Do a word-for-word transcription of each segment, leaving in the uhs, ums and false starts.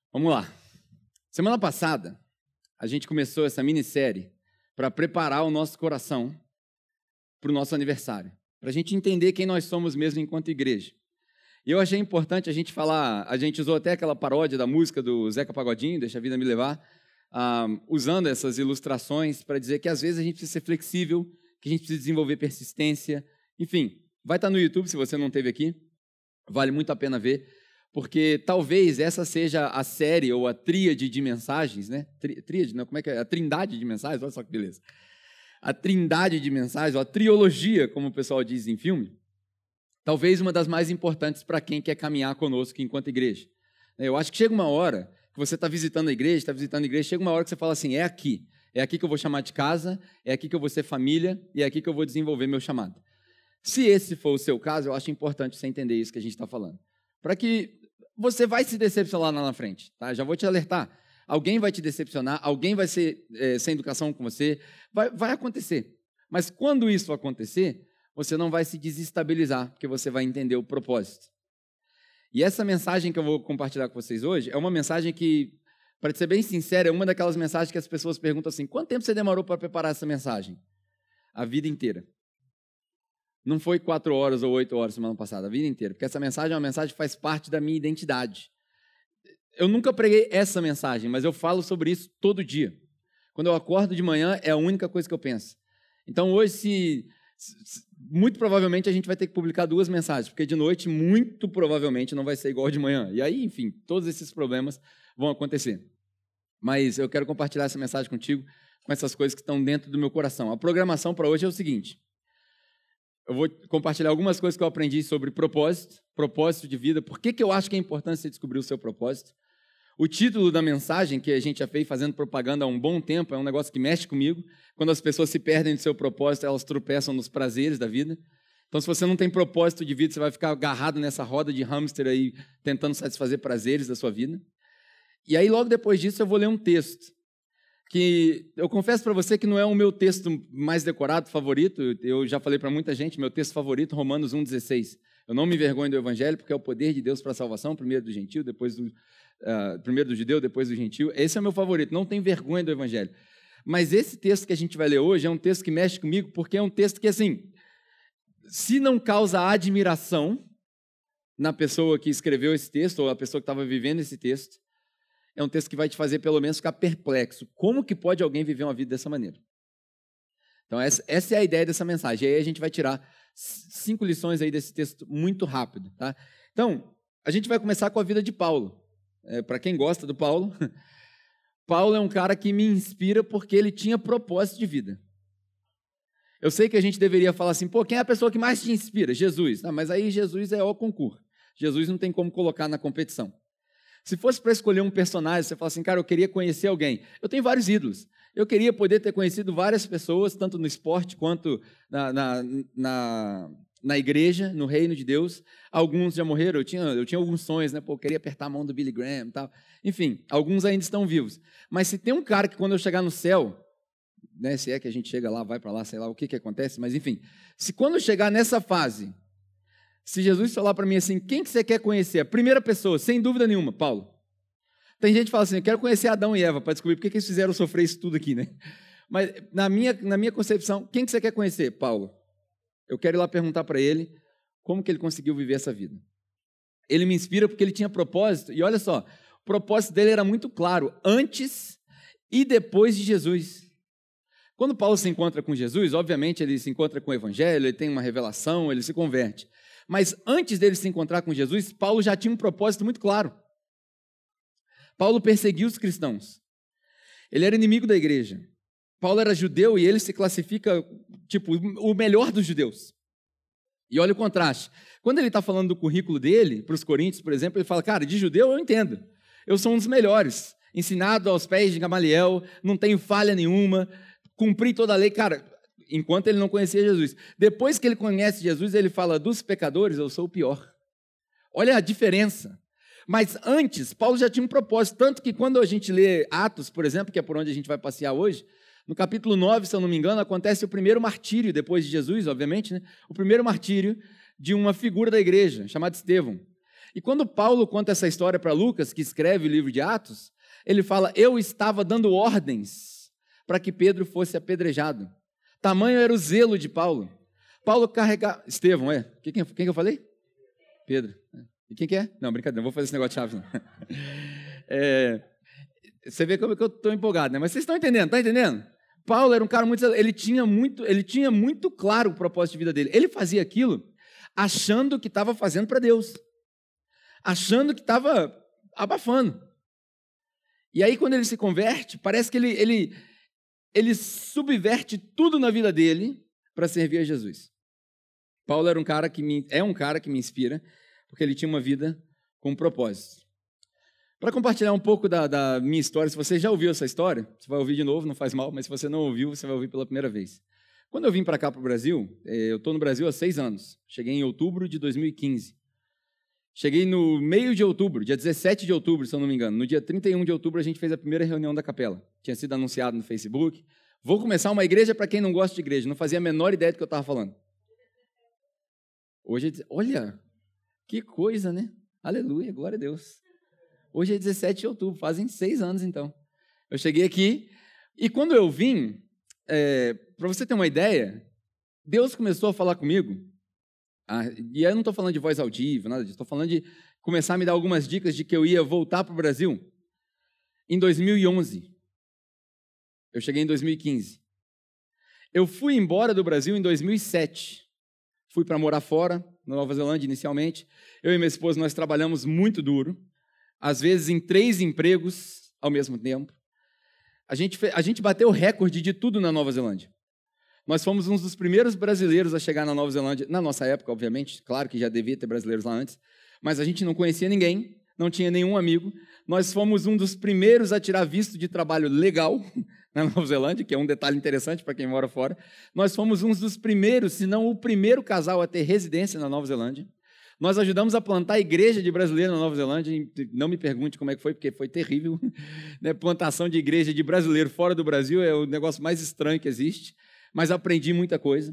Vamos lá. Semana passada, a gente começou essa minissérie para preparar o nosso coração para o nosso aniversário, para a gente entender quem nós somos mesmo enquanto igreja. E eu achei importante a gente falar, a gente usou até aquela paródia da música do Zeca Pagodinho, Deixa a Vida Me Levar, uh, usando essas ilustrações para dizer que às vezes a gente precisa ser flexível, que a gente precisa desenvolver persistência. Enfim, vai estar no YouTube se você não esteve aqui, vale muito a pena ver, porque talvez essa seja a série ou a tríade de mensagens, né? Tri, tríade, não, como é que é? A trindade de mensagens, olha só que beleza. A trindade de mensagens, ou a trilogia, como o pessoal diz em filme, talvez uma das mais importantes para quem quer caminhar conosco enquanto igreja. Eu acho que chega uma hora que você está visitando a igreja, está visitando a igreja, chega uma hora que você fala assim, é aqui, é aqui que eu vou chamar de casa, é aqui que eu vou ser família e é aqui que eu vou desenvolver meu chamado. Se esse for o seu caso, eu acho importante você entender isso que a gente está falando. Para que você vai se decepcionar lá na frente, tá? Já vou te alertar. Alguém vai te decepcionar, alguém vai ser é, sem educação com você, vai, vai acontecer. Mas quando isso acontecer, você não vai se desestabilizar, porque você vai entender o propósito. E essa mensagem que eu vou compartilhar com vocês hoje é uma mensagem que, para ser bem sincero, é uma daquelas mensagens que as pessoas perguntam assim, quanto tempo você demorou para preparar essa mensagem? A vida inteira. Não foi quatro horas ou oito horas semana passada, a vida inteira, porque essa mensagem é uma mensagem que faz parte da minha identidade. Eu nunca preguei essa mensagem, mas eu falo sobre isso todo dia. Quando eu acordo de manhã, é a única coisa que eu penso. Então, hoje, se, se, muito provavelmente, a gente vai ter que publicar duas mensagens, porque de noite, muito provavelmente, não vai ser igual de manhã. E aí, enfim, todos esses problemas vão acontecer. Mas eu quero compartilhar essa mensagem contigo, com essas coisas que estão dentro do meu coração. A programação para hoje é o seguinte. Eu vou compartilhar algumas coisas que eu aprendi sobre propósito, propósito de vida, por que, que eu acho que é importante você descobrir o seu propósito. O título da mensagem, que a gente já fez fazendo propaganda há um bom tempo, é um negócio que mexe comigo. Quando as pessoas se perdem do seu propósito, elas tropeçam nos prazeres da vida. Então, se você não tem propósito de vida, você vai ficar agarrado nessa roda de hamster aí, tentando satisfazer prazeres da sua vida. E aí, logo depois disso, eu vou ler um texto. Que eu confesso para você que não é o meu texto mais decorado, favorito, eu já falei para muita gente, meu texto favorito, Romanos um, dezesseis. Eu não me envergonho do Evangelho, porque é o poder de Deus para a salvação, primeiro do gentil, depois do, uh, primeiro do judeu, depois do gentil. Esse é o meu favorito, não tem vergonha do Evangelho. Mas esse texto que a gente vai ler hoje é um texto que mexe comigo, porque é um texto que, assim, se não causa admiração na pessoa que escreveu esse texto, ou a pessoa que estava vivendo esse texto, é um texto que vai te fazer, pelo menos, ficar perplexo. Como que pode alguém viver uma vida dessa maneira? Então, essa, essa é a ideia dessa mensagem. E aí a gente vai tirar cinco lições aí desse texto muito rápido. Tá? Então, a gente vai começar com a vida de Paulo. É, para quem gosta do Paulo, Paulo é um cara que me inspira porque ele tinha propósito de vida. Eu sei que a gente deveria falar assim, pô, quem é a pessoa que mais te inspira? Jesus. Não, mas aí Jesus é o concurso. Jesus não tem como colocar na competição. Se fosse para escolher um personagem, você fala assim, cara, eu queria conhecer alguém. Eu tenho vários ídolos. Eu queria poder ter conhecido várias pessoas, tanto no esporte quanto na, na, na, na igreja, no reino de Deus. Alguns já morreram, eu tinha, eu tinha alguns sonhos, né? Pô, eu queria apertar a mão do Billy Graham e tal. Enfim, alguns ainda estão vivos. Mas se tem um cara que quando eu chegar no céu, né, se é que a gente chega lá, vai para lá, sei lá o que, que acontece, mas enfim, se quando eu chegar nessa fase... Se Jesus falar para mim assim, quem que você quer conhecer? A primeira pessoa, sem dúvida nenhuma, Paulo. Tem gente que fala assim, eu quero conhecer Adão e Eva para descobrir por que eles fizeram sofrer isso tudo aqui, né? Mas na minha, na minha concepção, quem que você quer conhecer? Paulo. Eu quero ir lá perguntar para ele como que ele conseguiu viver essa vida. Ele me inspira porque ele tinha propósito, e olha só, o propósito dele era muito claro, antes e depois de Jesus. Quando Paulo se encontra com Jesus, obviamente ele se encontra com o Evangelho, ele tem uma revelação, ele se converte. Mas antes dele se encontrar com Jesus, Paulo já tinha um propósito muito claro. Paulo perseguiu os cristãos. Ele era inimigo da igreja. Paulo era judeu e ele se classifica, tipo, o melhor dos judeus. E olha o contraste. Quando ele está falando do currículo dele, para os coríntios, por exemplo, ele fala, cara, de judeu eu entendo. Eu sou um dos melhores. Ensinado aos pés de Gamaliel, não tenho falha nenhuma, cumpri toda a lei. Cara, enquanto ele não conhecia Jesus. Depois que ele conhece Jesus, ele fala, dos pecadores, eu sou o pior. Olha a diferença. Mas antes, Paulo já tinha um propósito, tanto que quando a gente lê Atos, por exemplo, que é por onde a gente vai passear hoje, no capítulo nove, se eu não me engano, acontece o primeiro martírio, depois de Jesus, obviamente, né? O primeiro martírio de uma figura da igreja, chamada Estevão. E quando Paulo conta essa história para Lucas, que escreve o livro de Atos, ele fala, eu estava dando ordens para que Pedro fosse apedrejado. Tamanho era o zelo de Paulo. Paulo carregava... Estevão, é? Quem, quem, quem que eu falei? Pedro. E quem que é? Não, brincadeira, não vou fazer esse negócio de chave, não. É, você vê como é que eu estou empolgado, né? Mas vocês estão entendendo, está entendendo? Paulo era um cara muito... Ele tinha muito, ele tinha muito claro o propósito de vida dele. Ele fazia aquilo achando que estava fazendo para Deus. Achando que estava abafando. E aí, quando ele se converte, parece que ele, ele, ele subverte tudo na vida dele para servir a Jesus. Paulo era um cara que me, é um cara que me inspira, porque ele tinha uma vida com propósito. Para compartilhar um pouco da, da minha história, se você já ouviu essa história, você vai ouvir de novo, não faz mal, mas se você não ouviu, você vai ouvir pela primeira vez. Quando eu vim para cá, para o Brasil, eu estou no Brasil há seis anos. Cheguei em outubro de dois mil e quinze. Cheguei no meio de outubro, dia dezessete de outubro, se eu não me engano. No dia trinta e um de outubro, a gente fez a primeira reunião da capela. Tinha sido anunciado no Facebook. Vou começar uma igreja para quem não gosta de igreja. Não fazia a menor ideia do que eu estava falando. Hoje, é, olha, que coisa, né? Aleluia, glória a Deus. Hoje é dezessete de outubro, fazem seis anos, então. Eu cheguei aqui, e quando eu vim, é, para você ter uma ideia, Deus começou a falar comigo. Ah, e eu não estou falando de voz audível, nada disso. Estou falando de começar a me dar algumas dicas de que eu ia voltar para o Brasil em dois mil e onze. Eu cheguei em dois mil e quinze. Eu fui embora do Brasil em dois mil e sete. Fui para morar fora, na Nova Zelândia, inicialmente. Eu e minha esposa, nós trabalhamos muito duro. Às vezes em três empregos ao mesmo tempo. A gente, a gente bateu o recorde de tudo na Nova Zelândia. Nós fomos um dos primeiros brasileiros a chegar na Nova Zelândia, na nossa época, obviamente, claro que já devia ter brasileiros lá antes, mas a gente não conhecia ninguém, não tinha nenhum amigo. Nós fomos um dos primeiros a tirar visto de trabalho legal na Nova Zelândia, que é um detalhe interessante para quem mora fora. Nós fomos um dos primeiros, se não o primeiro casal a ter residência na Nova Zelândia. Nós ajudamos a plantar a igreja de brasileiro na Nova Zelândia, não me pergunte como é que foi, porque foi terrível. Plantação de igreja de brasileiro fora do Brasil é o negócio mais estranho que existe. Mas aprendi muita coisa.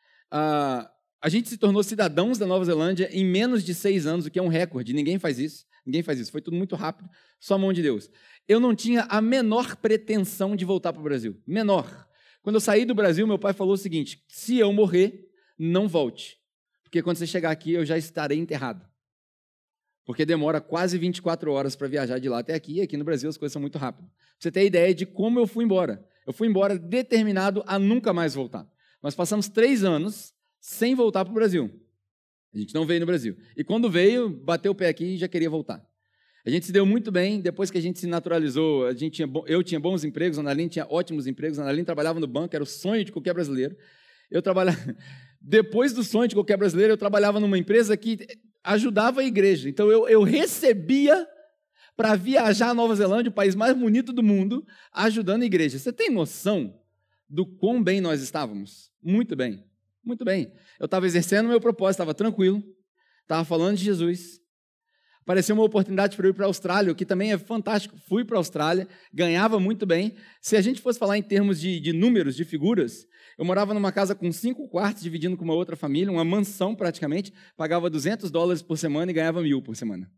Ah, a gente se tornou cidadãos da Nova Zelândia em menos de seis anos, o que é um recorde. Ninguém faz isso. Ninguém faz isso. Foi tudo muito rápido, só a mão de Deus. Eu não tinha a menor pretensão de voltar para o Brasil. Menor. Quando eu saí do Brasil, meu pai falou o seguinte, se eu morrer, não volte. Porque quando você chegar aqui, eu já estarei enterrado. Porque demora quase vinte e quatro horas para viajar de lá até aqui, e aqui no Brasil as coisas são muito rápidas. Pra você ter ideia de como eu fui embora. Eu fui embora determinado a nunca mais voltar. Nós passamos três anos sem voltar para o Brasil. A gente não veio no Brasil. E quando veio, bateu o pé aqui e já queria voltar. A gente se deu muito bem, depois que a gente se naturalizou, a gente tinha, eu tinha bons empregos, a Analine tinha ótimos empregos, a Analine trabalhava no banco, era o sonho de qualquer brasileiro. Eu trabalhava... Depois do sonho de qualquer brasileiro, eu trabalhava numa empresa que ajudava a igreja. Então, eu, eu recebia para viajar à Nova Zelândia, o país mais bonito do mundo, ajudando a igreja. Você tem noção do quão bem nós estávamos? Muito bem, muito bem. Eu estava exercendo o meu propósito, estava tranquilo, estava falando de Jesus. Apareceu uma oportunidade para eu ir para a Austrália, o que também é fantástico. Fui para a Austrália, ganhava muito bem. Se a gente fosse falar em termos de, de números, de figuras, eu morava numa casa com cinco quartos, dividindo com uma outra família, uma mansão praticamente, pagava duzentos dólares por semana e ganhava mil por semana.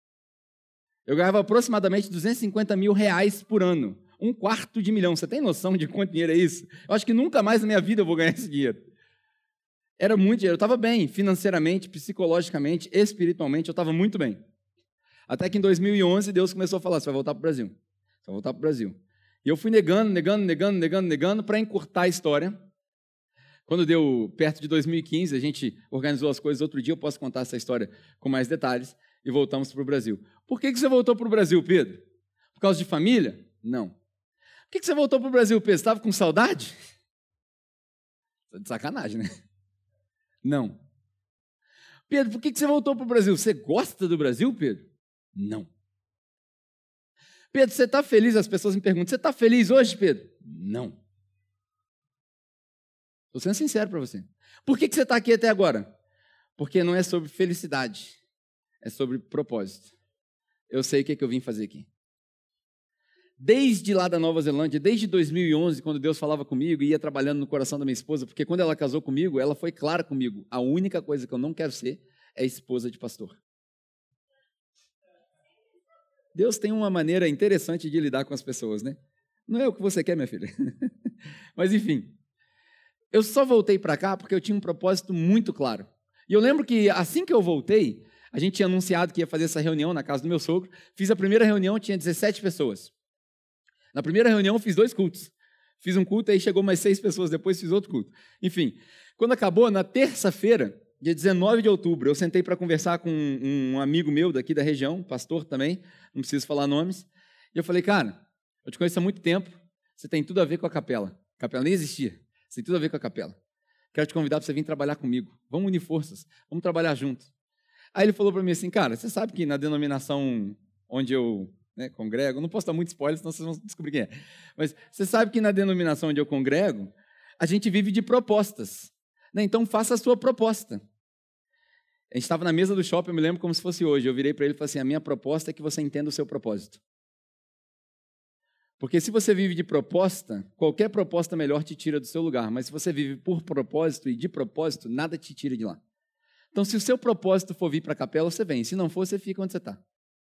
Eu ganhava aproximadamente duzentos e cinquenta mil reais por ano. Um quarto de milhão. Você tem noção de quanto dinheiro é isso? Eu acho que nunca mais na minha vida eu vou ganhar esse dinheiro. Era muito dinheiro. Eu estava bem, financeiramente, psicologicamente, espiritualmente, eu estava muito bem. Até que em dois mil e onze, Deus começou a falar, você vai voltar para o Brasil. Você vai voltar para o Brasil. E eu fui negando, negando, negando, negando, negando, para encurtar a história. Quando deu perto de dois mil e quinze, a gente organizou as coisas. Outro dia eu posso contar essa história com mais detalhes. E voltamos para o Brasil. Por que você voltou para o Brasil, Pedro? Por causa de família? Não. Por que você voltou para o Brasil, Pedro? Você estava com saudade? De sacanagem, né? Não. Pedro, por que você voltou para o Brasil? Você gosta do Brasil, Pedro? Não. Pedro, você está feliz? As pessoas me perguntam, você está feliz hoje, Pedro? Não. Estou sendo sincero para você. Por que você está aqui até agora? Porque não é sobre felicidade. É sobre propósito. Eu sei o que, é que eu vim fazer aqui. Desde lá da Nova Zelândia, desde dois mil e onze, quando Deus falava comigo e ia trabalhando no coração da minha esposa, porque quando ela casou comigo, ela foi clara comigo. A única coisa que eu não quero ser é esposa de pastor. Deus tem uma maneira interessante de lidar com as pessoas, né? Não é o que você quer, minha filha. Mas, enfim. Eu só voltei para cá porque eu tinha um propósito muito claro. E eu lembro que, assim que eu voltei, a gente tinha anunciado que ia fazer essa reunião na casa do meu sogro. Fiz a primeira reunião, tinha dezessete pessoas. Na primeira reunião, eu fiz dois cultos. Fiz um culto, aí chegou mais seis pessoas, depois fiz outro culto. Enfim, quando acabou, na terça-feira, dia dezenove de outubro, eu sentei para conversar com um amigo meu daqui da região, pastor também, não preciso falar nomes, e eu falei, cara, eu te conheço há muito tempo, você tem tudo a ver com a capela. A capela nem existia, você tem tudo a ver com a capela. Quero te convidar para você vir trabalhar comigo. Vamos unir forças, vamos trabalhar juntos. Aí ele falou para mim assim, cara, você sabe que na denominação onde eu né, congrego, não posso dar muito spoiler, senão vocês vão descobrir quem é, mas você sabe que na denominação onde eu congrego, a gente vive de propostas. Né? Então, faça a sua proposta. A gente estava na mesa do shopping, eu me lembro como se fosse hoje. Eu virei para ele e falei assim, a minha proposta é que você entenda o seu propósito. Porque se você vive de proposta, qualquer proposta melhor te tira do seu lugar. Mas se você vive por propósito e de propósito, nada te tira de lá. Então, se o seu propósito for vir para a capela, você vem. Se não for, você fica onde você está.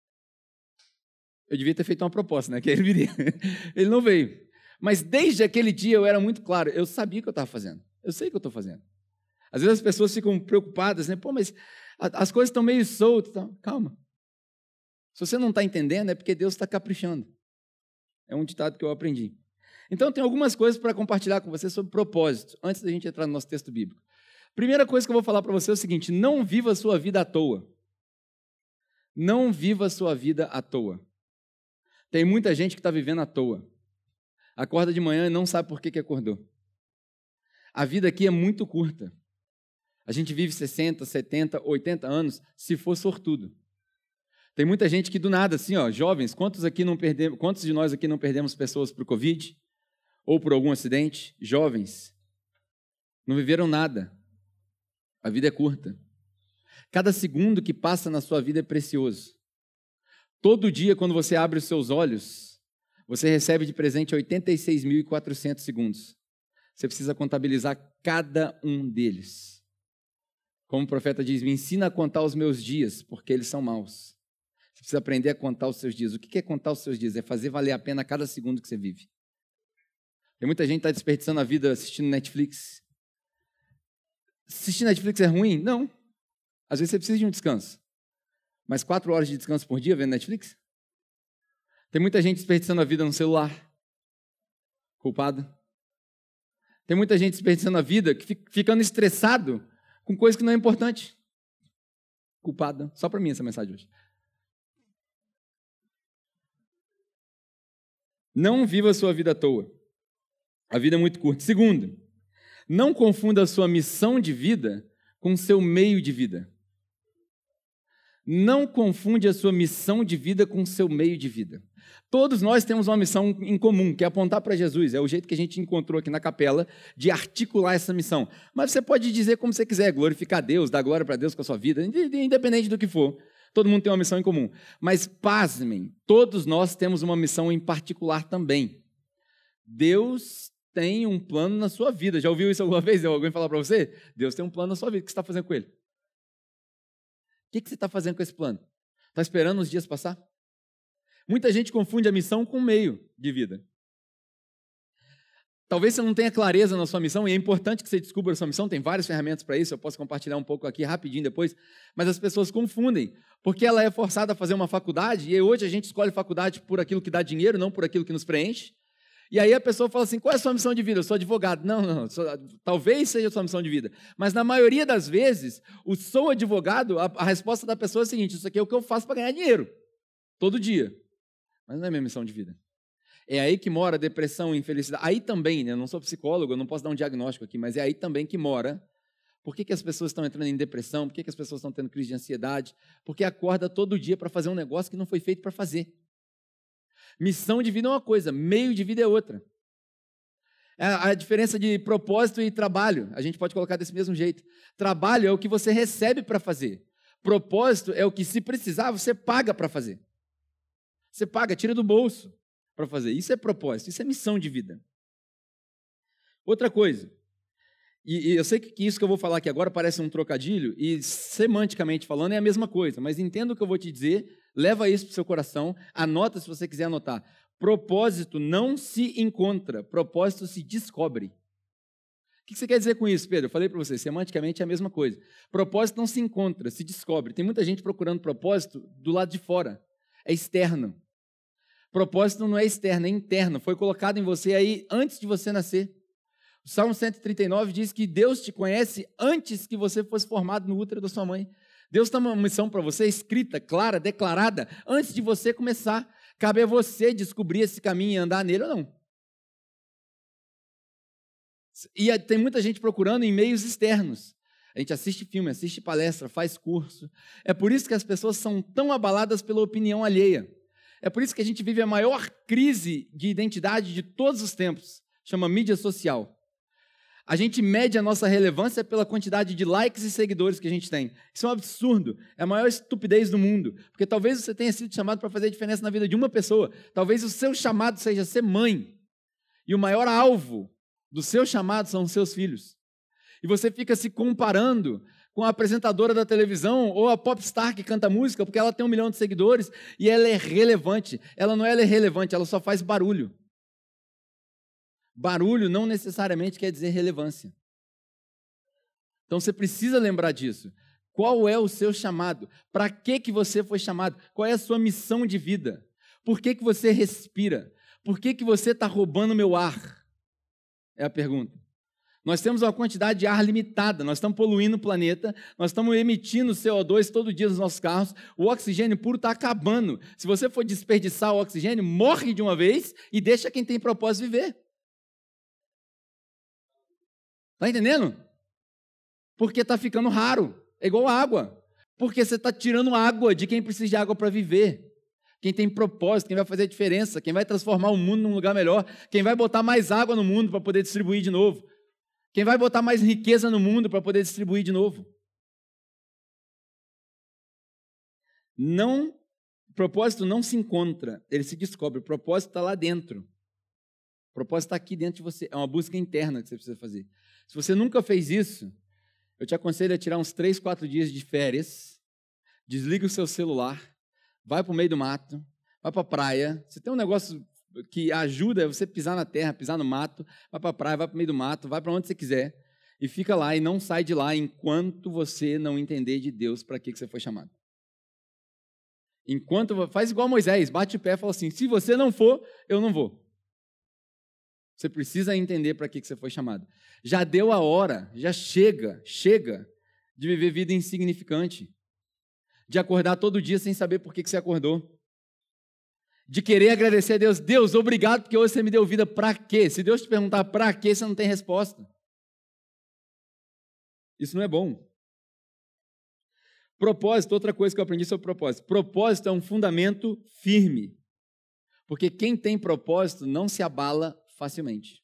Eu devia ter feito uma proposta, né? Que ele viria. Ele não veio. Mas desde aquele dia eu era muito claro. Eu sabia o que eu estava fazendo. Eu sei o que eu estou fazendo. Às vezes as pessoas ficam preocupadas, né? Pô, mas as coisas estão meio soltas. Então, calma. Se você não está entendendo, é porque Deus está caprichando. É um ditado que eu aprendi. Então, tem algumas coisas para compartilhar com você sobre propósito, antes da gente entrar no nosso texto bíblico. Primeira coisa que eu vou falar para você é o seguinte, não viva a sua vida à toa. Não viva a sua vida à toa. Tem muita gente que está vivendo à toa. Acorda de manhã e não sabe por que que acordou. A vida aqui é muito curta. A gente vive sessenta, setenta, oitenta anos, se for sortudo. Tem muita gente que do nada, assim, ó, jovens, quantos, aqui não perdemos, quantos de nós aqui não perdemos pessoas por Covid? Ou por algum acidente? Jovens. Não viveram nada. A vida é curta. Cada segundo que passa na sua vida é precioso. Todo dia, quando você abre os seus olhos, você recebe de presente oitenta e seis mil e quatrocentos segundos. Você precisa contabilizar cada um deles. Como o profeta diz, me ensina a contar os meus dias, porque eles são maus. Você precisa aprender a contar os seus dias. O que é contar os seus dias? É fazer valer a pena cada segundo que você vive. Tem muita gente que está desperdiçando a vida assistindo Netflix. Assistir Netflix é ruim? Não. Às vezes você precisa de um descanso. Mas quatro horas de descanso por dia vendo Netflix? Tem muita gente desperdiçando a vida no celular. Culpado. Tem muita gente desperdiçando a vida, ficando estressado com coisa que não é importante. Culpada. Só para mim essa mensagem hoje. Não viva a sua vida à toa. A vida é muito curta. Segundo, não confunda a sua missão de vida com o seu meio de vida. Não confunde a sua missão de vida com o seu meio de vida. Todos nós temos uma missão em comum, que é apontar para Jesus. É o jeito que a gente encontrou aqui na capela de articular essa missão. Mas você pode dizer como você quiser, glorificar Deus, dar glória para Deus com a sua vida, independente do que for. Todo mundo tem uma missão em comum. Mas, pasmem, todos nós temos uma missão em particular também. Deus tem um plano na sua vida. Já ouviu isso alguma vez? Alguém falar para você? Deus tem um plano na sua vida. O que você está fazendo com ele? O que você está fazendo com esse plano? Está esperando os dias passar? Muita gente confunde a missão com o meio de vida. Talvez você não tenha clareza na sua missão, e é importante que você descubra a sua missão, tem várias ferramentas para isso, eu posso compartilhar um pouco aqui rapidinho depois, mas as pessoas confundem, porque ela é forçada a fazer uma faculdade, e hoje a gente escolhe faculdade por aquilo que dá dinheiro, não por aquilo que nos preenche, e aí a pessoa fala assim, qual é a sua missão de vida? Eu sou advogado. Não, não, sou, talvez seja a sua missão de vida, mas na maioria das vezes, o sou advogado, a, a resposta da pessoa é a seguinte, isso aqui é o que eu faço para ganhar dinheiro, todo dia, mas não é minha missão de vida. É aí que mora a depressão e infelicidade. Aí também, né, eu não sou psicólogo, eu não posso dar um diagnóstico aqui, mas é aí também que mora. Por que que as pessoas estão entrando em depressão? Por que que as pessoas estão tendo crise de ansiedade? Porque acorda todo dia para fazer um negócio que não foi feito para fazer. Missão de vida é uma coisa, meio de vida é outra. É a diferença de propósito e trabalho, a gente pode colocar desse mesmo jeito. Trabalho é o que você recebe para fazer. Propósito é o que, se precisar, você paga para fazer. Você paga, tira do bolso para fazer. Isso é propósito, isso é missão de vida. Outra coisa, e, e eu sei que isso que eu vou falar aqui agora parece um trocadilho, e semanticamente falando é a mesma coisa, mas entenda o que eu vou te dizer Leva isso para o seu coração, anota se você quiser anotar. Propósito não se encontra, propósito se descobre. O que você quer dizer com isso, Pedro? Eu falei para você, semanticamente é a mesma coisa. Propósito não se encontra, se descobre. Tem muita gente procurando propósito do lado de fora, é externo. Propósito não é externo, é interno, foi colocado em você aí antes de você nascer. O Salmo cento e trinta e nove diz que Deus te conhece antes que você fosse formado no útero da sua mãe. Deus tem uma missão para você escrita, clara, declarada, antes de você começar. Cabe a você descobrir esse caminho e andar nele ou não. E tem muita gente procurando em meios externos. A gente assiste filme, assiste palestra, faz curso. É por isso que as pessoas são tão abaladas pela opinião alheia. É por isso que a gente vive a maior crise de identidade de todos os tempos. Chama mídia social. A gente mede a nossa relevância pela quantidade de likes e seguidores que a gente tem. Isso é um absurdo. É a maior estupidez do mundo. Porque talvez você tenha sido chamado para fazer a diferença na vida de uma pessoa. Talvez o seu chamado seja ser mãe. E o maior alvo do seu chamado são os seus filhos. E você fica se comparando com a apresentadora da televisão ou a popstar que canta música, porque ela tem um milhão de seguidores e ela é relevante. Ela não é irrelevante, ela só faz barulho. Barulho não necessariamente quer dizer relevância. Então você precisa lembrar disso. Qual é o seu chamado? Para que que você foi chamado? Qual é a sua missão de vida? Por que que você respira? Por que que você está roubando meu ar? É a pergunta. Nós temos uma quantidade de ar limitada, nós estamos poluindo o planeta, nós estamos emitindo C O dois todo dia nos nossos carros, o oxigênio puro está acabando. Se você for desperdiçar o oxigênio, morre de uma vez e deixa quem tem propósito viver. Está entendendo? Porque está ficando raro, é igual água. Porque você está tirando água de quem precisa de água para viver. Quem tem propósito, quem vai fazer a diferença, quem vai transformar o mundo num lugar melhor, quem vai botar mais água no mundo para poder distribuir de novo, quem vai botar mais riqueza no mundo para poder distribuir de novo. Não, propósito não se encontra, ele se descobre, o propósito está lá dentro. O propósito está aqui dentro de você, é uma busca interna que você precisa fazer. Se você nunca fez isso, eu te aconselho a tirar uns três, quatro dias de férias, desliga o seu celular, vai para o meio do mato, vai para a praia. Você tem um negócio que ajuda você pisar na terra, pisar no mato, vai para a praia, vai para o meio do mato, vai para onde você quiser e fica lá e não sai de lá enquanto você não entender de Deus para que você foi chamado. Enquanto faz igual Moisés, bate o pé e fala assim, se você não for, eu não vou. Você precisa entender para que você foi chamado. Já deu a hora, já chega, chega de viver vida insignificante, de acordar todo dia sem saber por que você acordou, de querer agradecer a Deus. Deus, obrigado porque hoje você me deu vida. Para quê? Se Deus te perguntar para quê, você não tem resposta. Isso não é bom. Propósito, outra coisa que eu aprendi sobre propósito. Propósito é um fundamento firme, porque quem tem propósito não se abala facilmente.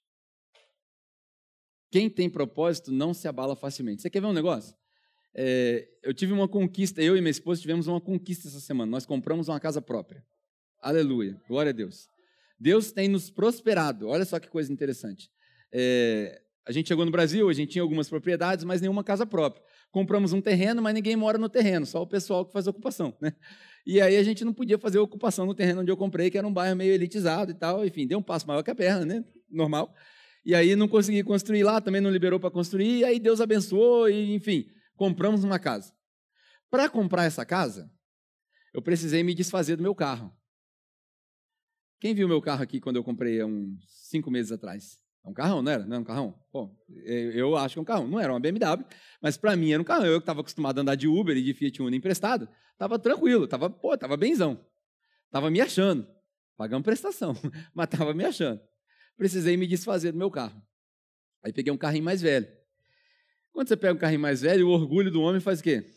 Quem tem propósito não se abala facilmente. Você quer ver um negócio? É, eu tive uma conquista, eu e minha esposa tivemos uma conquista essa semana. Nós compramos uma casa própria. Aleluia, glória a Deus. Deus tem nos prosperado. Olha só que coisa interessante. É, a gente chegou no Brasil, a gente tinha algumas propriedades, mas nenhuma casa própria. Compramos um terreno, mas ninguém mora no terreno, só o pessoal que faz ocupação, né? E aí a gente não podia fazer ocupação no terreno onde eu comprei, que era um bairro meio elitizado e tal. Enfim, deu um passo maior que a perna, né? Normal. E aí não consegui construir lá, também não liberou para construir, e aí Deus abençoou, e enfim, compramos uma casa. Para comprar essa casa, eu precisei me desfazer do meu carro. Quem viu meu carro aqui quando eu comprei há uns cinco meses atrás? É um carrão, não era? Não era um carrão? Bom, eu acho que é um carrão. Não era uma B M W, mas para mim era um carrão. Eu que estava acostumado a andar de Uber e de Fiat Uno emprestado, estava tranquilo, estava pô, tava benzão. Estava me achando. Pagamos prestação, mas estava me achando. Precisei me desfazer do meu carro. Aí peguei um carrinho mais velho. Quando você pega um carrinho mais velho, o orgulho do homem faz o quê?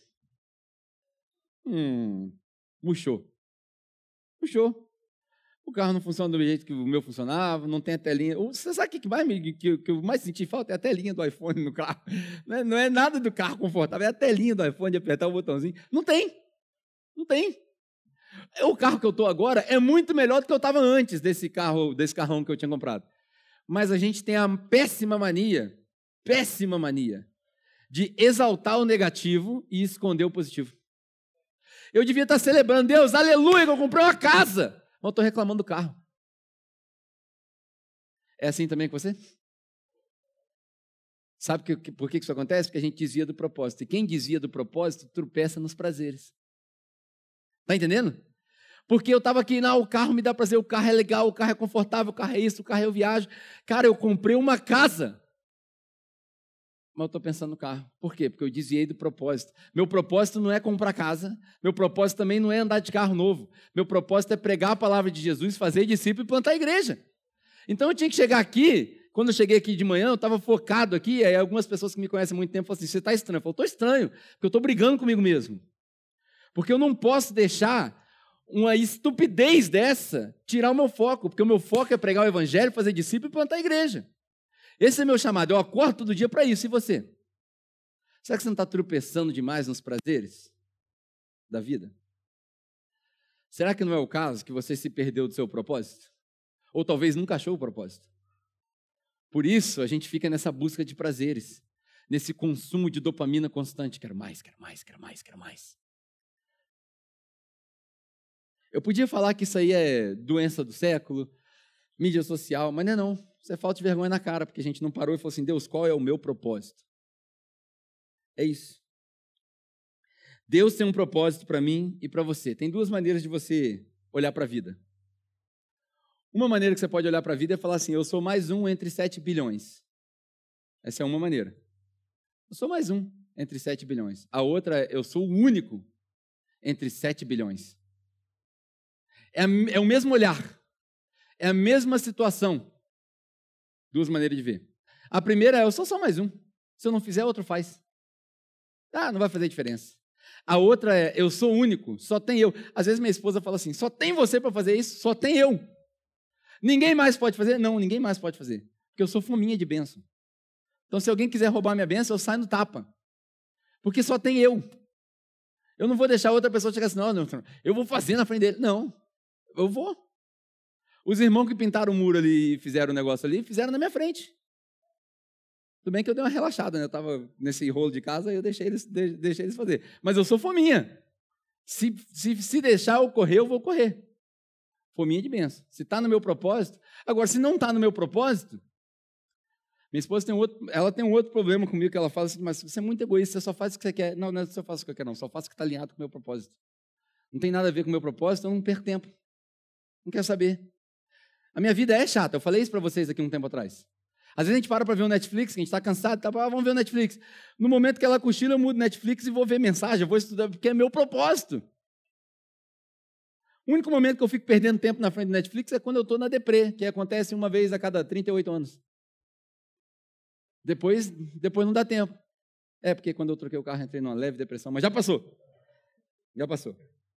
Hum, murchou. Murchou. O carro não funciona do jeito que o meu funcionava, não tem a telinha. Você sabe o que, mais me, que, que eu mais senti falta? É a telinha do iPhone no carro. Não é, não é nada do carro confortável, é a telinha do iPhone de apertar o botãozinho. Não tem. Não tem. O carro que eu estou agora é muito melhor do que eu estava antes desse carro, desse carrão que eu tinha comprado. Mas a gente tem a péssima mania, péssima mania, de exaltar o negativo e esconder o positivo. Eu devia estar celebrando, Deus, aleluia, que eu comprei uma casa. Mas eu estou reclamando do carro. É assim também com você? Sabe que, por que isso acontece? Porque a gente desvia do propósito. E quem desvia do propósito, tropeça nos prazeres. Está entendendo? Porque eu estava aqui, não, o carro me dá prazer, o carro é legal, o carro é confortável, o carro é isso, o carro eu viajo. Cara, eu comprei uma casa. Mas eu estou pensando no carro. Por quê? Porque eu desviei do propósito. Meu propósito não é comprar casa. Meu propósito também não é andar de carro novo. Meu propósito é pregar a palavra de Jesus, fazer discípulo e plantar a igreja. Então eu tinha que chegar aqui. Quando eu cheguei aqui de manhã, eu estava focado aqui, e aí algumas pessoas que me conhecem há muito tempo falaram assim, você está estranho. Eu falei, estou estranho, porque eu estou brigando comigo mesmo. Porque eu não posso deixar uma estupidez dessa tirar o meu foco, porque o meu foco é pregar o evangelho, fazer discípulo e plantar a igreja. Esse é meu chamado, eu acordo todo dia para isso, e você? Será que você não está tropeçando demais nos prazeres da vida? Será que não é o caso que você se perdeu do seu propósito? Ou talvez nunca achou o propósito? Por isso, a gente fica nessa busca de prazeres, nesse consumo de dopamina constante. Quero mais, quero mais, quero mais, quero mais. Eu podia falar que isso aí é doença do século, mídia social, mas não é não. Isso é falta de vergonha na cara, porque a gente não parou e falou assim, Deus, qual é o meu propósito? É isso. Deus tem um propósito para mim e para você. Tem duas maneiras de você olhar para a vida. Uma maneira que você pode olhar para a vida é falar assim, eu sou mais um entre sete bilhões. Essa é uma maneira. Eu sou mais um entre sete bilhões. A outra é, eu sou o único entre sete bilhões. É, a, é o mesmo olhar. É a mesma situação. Duas maneiras de ver. A primeira é, eu sou só mais um. Se eu não fizer, outro faz. Ah, não vai fazer diferença. A outra é, eu sou único, só tem eu. Às vezes minha esposa fala assim, só tem você para fazer isso, só tem eu. Ninguém mais pode fazer? Não, ninguém mais pode fazer. Porque eu sou fominha de bênção. Então, se alguém quiser roubar minha bênção, eu saio no tapa. Porque só tem eu. Eu não vou deixar outra pessoa chegar assim, não, não, eu vou fazer na frente dele. Não, eu vou. Os irmãos que pintaram o muro ali e fizeram o negócio ali, fizeram na minha frente. Tudo bem que eu dei uma relaxada, né? Eu estava nesse rolo de casa e eu deixei eles, deixei eles fazer. Mas eu sou fominha. Se, se, se deixar eu correr, eu vou correr. Fominha de bênção. Se está no meu propósito. Agora, se não está no meu propósito, minha esposa tem um outro, ela tem um outro problema comigo, que ela fala assim, mas você é muito egoísta, você só faz o que você quer. Não, não é só faço o que eu quero, não. Só faço o que está alinhado com o meu propósito. Não tem nada a ver com o meu propósito, eu não perco tempo. Não quero saber. A minha vida é chata. Eu falei isso para vocês aqui um tempo atrás. Às vezes a gente para para ver o Netflix, que a gente está cansado, tá, ah, vamos ver o Netflix. No momento que ela cochila, eu mudo o Netflix e vou ver mensagem, eu vou estudar, porque é meu propósito. O único momento que eu fico perdendo tempo na frente do Netflix é quando eu estou na deprê, que acontece uma vez a cada trinta e oito anos. Depois, depois não dá tempo. É, porque quando eu troquei o carro, entrei numa leve depressão, mas já passou. Já passou.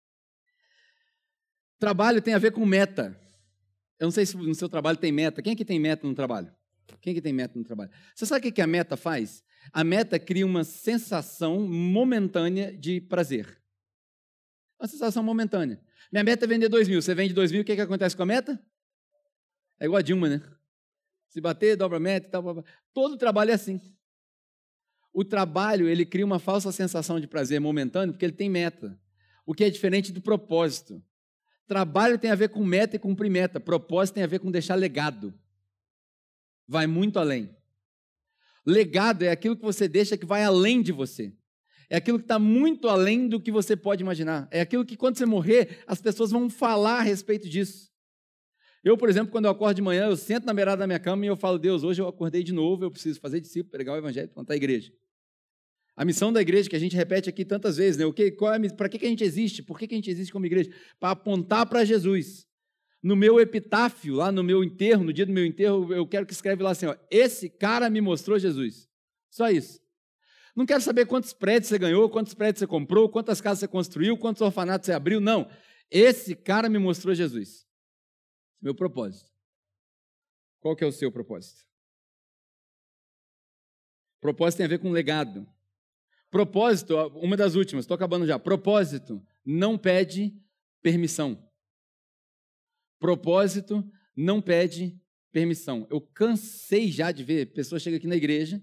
Trabalho tem a ver com meta. Eu não sei se no seu trabalho tem meta. Quem é que tem meta no trabalho? Quem é que tem meta no trabalho? Você sabe o que a meta faz? A meta cria uma sensação momentânea de prazer. Uma sensação momentânea. Minha meta é vender dois mil. Você vende dois mil, o que, é que acontece com a meta? É igual a Dilma, né? Se bater, dobra a meta e tal. Blá, blá. Todo trabalho é assim. O trabalho, ele cria uma falsa sensação de prazer momentâneo porque ele tem meta. O que é diferente do propósito. Trabalho tem a ver com meta e cumprir meta. Propósito tem a ver com deixar legado. Vai muito além. Legado é aquilo que você deixa que vai além de você. É aquilo que está muito além do que você pode imaginar. É aquilo que, quando você morrer, as pessoas vão falar a respeito disso. Eu, por exemplo, quando eu acordo de manhã, eu sento na beirada da minha cama e eu falo, Deus, hoje eu acordei de novo, eu preciso fazer discípulo, pregar o evangelho, plantar a igreja. A missão da igreja, que a gente repete aqui tantas vezes, né? O que, qual é, para que, que a gente existe? Por que, que a gente existe como igreja? Para apontar para Jesus. No meu epitáfio, lá no meu enterro, no dia do meu enterro, eu quero que escreve lá assim, ó, esse cara me mostrou Jesus. Só isso. Não quero saber quantos prédios você ganhou, quantos prédios você comprou, quantas casas você construiu, quantos orfanatos você abriu, não. Esse cara me mostrou Jesus. Meu propósito. Qual que é o seu propósito? Propósito tem a ver com legado. Propósito, uma das últimas, estou acabando já. Propósito não pede permissão. Propósito não pede permissão. Eu cansei já de ver pessoas chegam aqui na igreja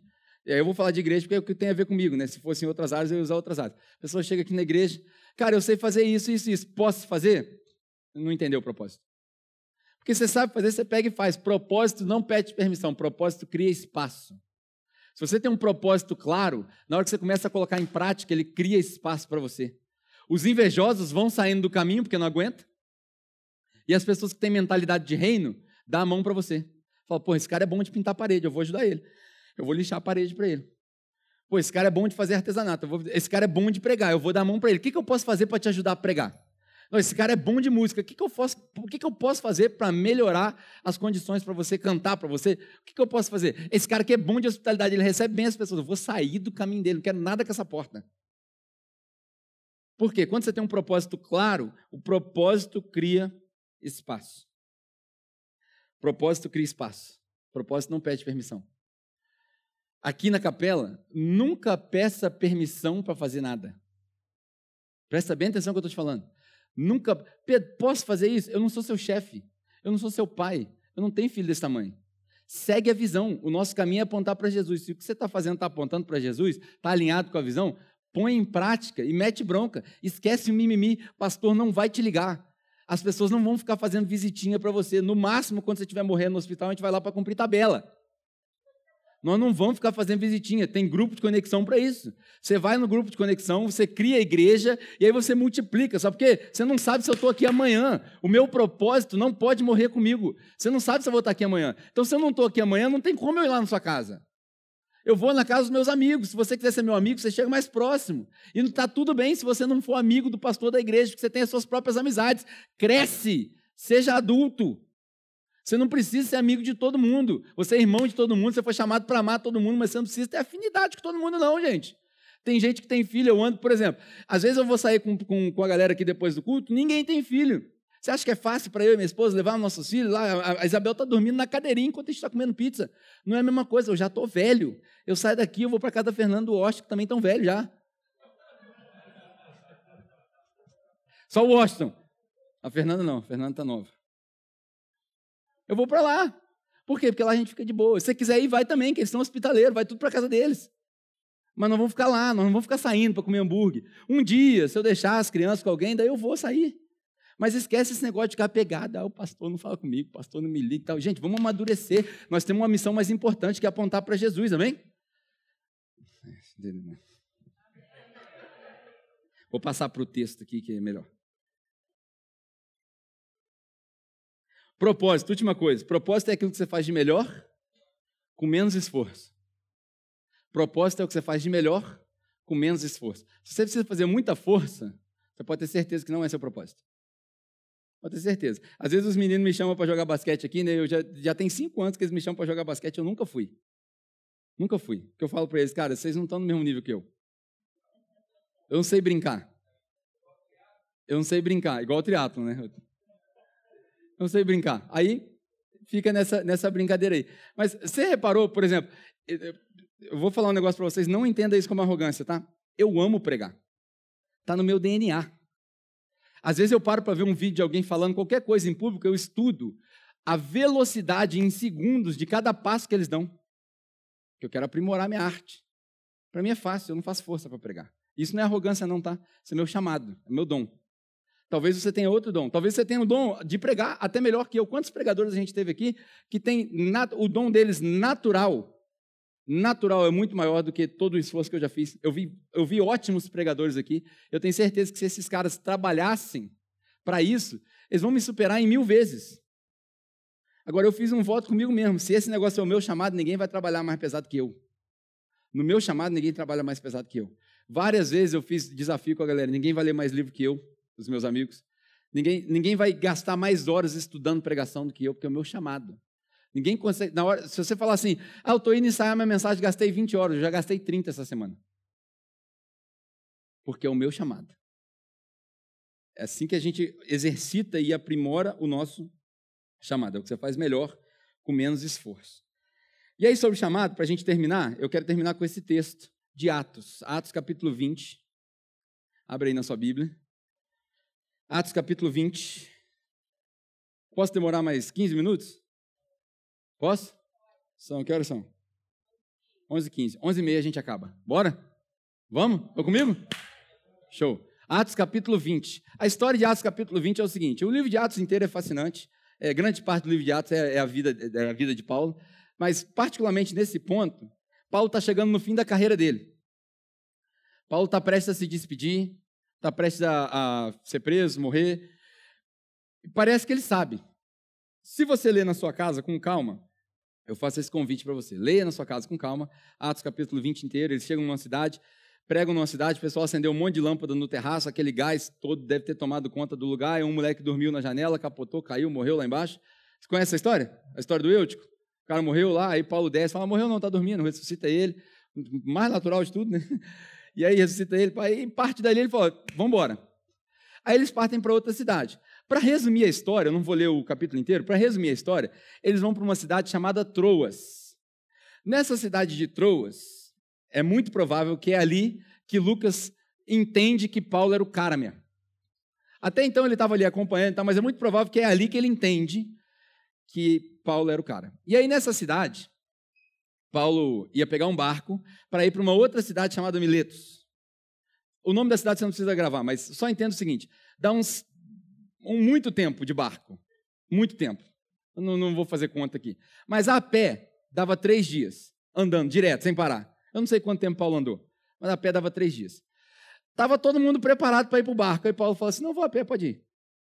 E aí eu vou falar de igreja porque é o que tem a ver comigo, né? Se fosse em outras áreas, eu ia usar outras áreas. A pessoa chega aqui na igreja, cara, eu sei fazer isso, isso, isso. Posso fazer? Não entendeu o propósito. Porque você sabe fazer, você pega e faz. Propósito não pede permissão, propósito cria espaço. Se você tem um propósito claro, na hora que você começa a colocar em prática, ele cria espaço para você. Os invejosos vão saindo do caminho porque não aguentam. E as pessoas que têm mentalidade de reino, dá a mão para você. Fala, pô, esse cara é bom de pintar a parede, eu vou ajudar ele. Eu vou lixar a parede para ele. Pô, esse cara é bom de fazer artesanato, eu vou... esse cara é bom de pregar, eu vou dar a mão para ele. O que, que eu posso fazer para te ajudar a pregar? Não, esse cara é bom de música, o que, que, eu, posso... o que, que eu posso fazer para melhorar as condições para você cantar para você? O que, que eu posso fazer? Esse cara que é bom de hospitalidade, ele recebe bem as pessoas, eu vou sair do caminho dele, não quero nada com essa porta. Por quê? Quando você tem um propósito claro, o propósito cria espaço. Propósito cria espaço. Propósito não pede permissão. Aqui na capela, nunca peça permissão para fazer nada. Presta bem atenção no que eu estou te falando. Nunca, Pedro, posso fazer isso? Eu não sou seu chefe, eu não sou seu pai, eu não tenho filho desse tamanho. Segue a visão, o nosso caminho é apontar para Jesus. Se o que você está fazendo está apontando para Jesus, está alinhado com a visão, põe em prática e mete bronca. Esquece o mimimi, pastor não vai te ligar. As pessoas não vão ficar fazendo visitinha para você. No máximo, quando você estiver morrendo no hospital, a gente vai lá para cumprir tabela. Nós não vamos ficar fazendo visitinha, tem grupo de conexão para isso. Você vai no grupo de conexão, você cria a igreja e aí você multiplica. Só porque você não sabe se eu estou aqui amanhã. O meu propósito não pode morrer comigo. Você não sabe se eu vou estar aqui amanhã. Então, se eu não estou aqui amanhã, não tem como eu ir lá na sua casa. Eu vou na casa dos meus amigos. Se você quiser ser meu amigo, você chega mais próximo. E está tudo bem se você não for amigo do pastor da igreja, porque você tem as suas próprias amizades. Cresce, seja adulto. Você não precisa ser amigo de todo mundo. Você é irmão de todo mundo, você foi chamado para amar todo mundo, mas você não precisa ter afinidade com todo mundo, não, gente. Tem gente que tem filho, eu ando, por exemplo, às vezes eu vou sair com, com, com a galera aqui depois do culto, ninguém tem filho. Você acha que é fácil para eu e minha esposa levar nossos filhos lá? A, a Isabel está dormindo na cadeirinha enquanto a gente está comendo pizza. Não é a mesma coisa, eu já estou velho. Eu saio daqui, eu vou para casa da Fernanda e do Washington, que também estão velhos já. Só o Washington. A Fernanda não, a Fernanda está nova. Eu vou para lá. Por quê? Porque lá a gente fica de boa. Se você quiser ir, vai também, que eles são hospitaleiros, vai tudo para a casa deles. Mas não vamos ficar lá, nós não vamos ficar saindo para comer hambúrguer. Um dia, se eu deixar as crianças com alguém, daí eu vou sair. Mas esquece esse negócio de ficar pegado. Ah, o pastor não fala comigo, o pastor não me liga e tal. Gente, vamos amadurecer. Nós temos uma missão mais importante que é apontar para Jesus, amém? Vou passar para o texto aqui, que é melhor. Propósito, última coisa. Propósito é aquilo que você faz de melhor com menos esforço. Propósito é o que você faz de melhor com menos esforço. Se você precisa fazer muita força, você pode ter certeza que não é seu propósito. Pode ter certeza. Às vezes os meninos me chamam para jogar basquete aqui, né? Eu já, já tem cinco anos que eles me chamam para jogar basquete, eu nunca fui. Nunca fui. Porque eu falo para eles, cara, vocês não estão no mesmo nível que eu. Eu não sei brincar. Eu não sei brincar, igual o triatlon, né? Não sei brincar. Aí fica nessa, nessa brincadeira aí. Mas você reparou, por exemplo, eu vou falar um negócio para vocês, não entenda isso como arrogância, tá? Eu amo pregar. Está no meu D N A. Às vezes eu paro para ver um vídeo de alguém falando qualquer coisa em público, eu estudo a velocidade em segundos de cada passo que eles dão. Eu quero aprimorar minha arte. Para mim é fácil, eu não faço força para pregar. Isso não é arrogância não, tá? Isso é meu chamado, é meu dom. Talvez você tenha outro dom. Talvez você tenha o dom de pregar até melhor que eu. Quantos pregadores a gente teve aqui que tem o dom deles natural? Natural é muito maior do que todo o esforço que eu já fiz. Eu vi, eu vi ótimos pregadores aqui. Eu tenho certeza que se esses caras trabalhassem para isso, eles vão me superar em mil vezes. Agora, eu fiz um voto comigo mesmo. Se esse negócio é o meu chamado, ninguém vai trabalhar mais pesado que eu. No meu chamado, ninguém trabalha mais pesado que eu. Várias vezes eu fiz desafio com a galera. Ninguém vai ler mais livro que eu. Os meus amigos, ninguém, ninguém vai gastar mais horas estudando pregação do que eu, porque é o meu chamado. Ninguém consegue, na hora, se você falar assim, ah, eu estou indo ensaiar minha mensagem, gastei vinte horas, eu já gastei trinta essa semana. Porque é o meu chamado. É assim que a gente exercita e aprimora o nosso chamado, é o que você faz melhor, com menos esforço. E aí, sobre o chamado, para a gente terminar, eu quero terminar com esse texto de Atos, Atos capítulo vinte, abre aí na sua Bíblia. Atos capítulo vinte. Posso demorar mais quinze minutos? Posso? São, que horas são? onze e quinze. onze e meia a gente acaba. Bora? Vamos? Estão comigo? Show. Atos capítulo vinte. A história de Atos capítulo vinte é o seguinte. O livro de Atos inteiro é fascinante. É, grande parte do livro de Atos é, é, a vida, é a vida de Paulo. Mas, particularmente nesse ponto, Paulo está chegando no fim da carreira dele. Paulo está prestes a se despedir, está prestes a, a ser preso, morrer. E parece que ele sabe. Se você ler na sua casa com calma, eu faço esse convite para você. Leia na sua casa com calma, Atos capítulo vinte inteiro. Eles chegam numa cidade, pregam numa cidade, o pessoal acendeu um monte de lâmpada no terraço, aquele gás todo deve ter tomado conta do lugar, e um moleque dormiu na janela, capotou, caiu, morreu lá embaixo. Você conhece essa história? A história do Eutico? O cara morreu lá, aí Paulo desce, fala, morreu não, está dormindo, ressuscita ele. Mais natural de tudo, né? E aí ressuscita ele, e parte dali ele fala, vamos embora. Aí eles partem para outra cidade. Para resumir a história, eu não vou ler o capítulo inteiro, para resumir a história, eles vão para uma cidade chamada Troas. Nessa cidade de Troas, é muito provável que é ali que Lucas entende que Paulo era o cara mesmo. Até então ele estava ali acompanhando, mas é muito provável que é ali que ele entende que Paulo era o cara. E aí nessa cidade, Paulo ia pegar um barco para ir para uma outra cidade chamada Miletos. O nome da cidade você não precisa gravar, mas só entenda o seguinte, dá uns um, muito tempo de barco, muito tempo. Eu não, não vou fazer conta aqui. Mas a pé dava três dias, andando direto, sem parar. Eu não sei quanto tempo Paulo andou, mas a pé dava três dias. Estava todo mundo preparado para ir para o barco. Aí Paulo falou assim, não, vou a pé, pode ir.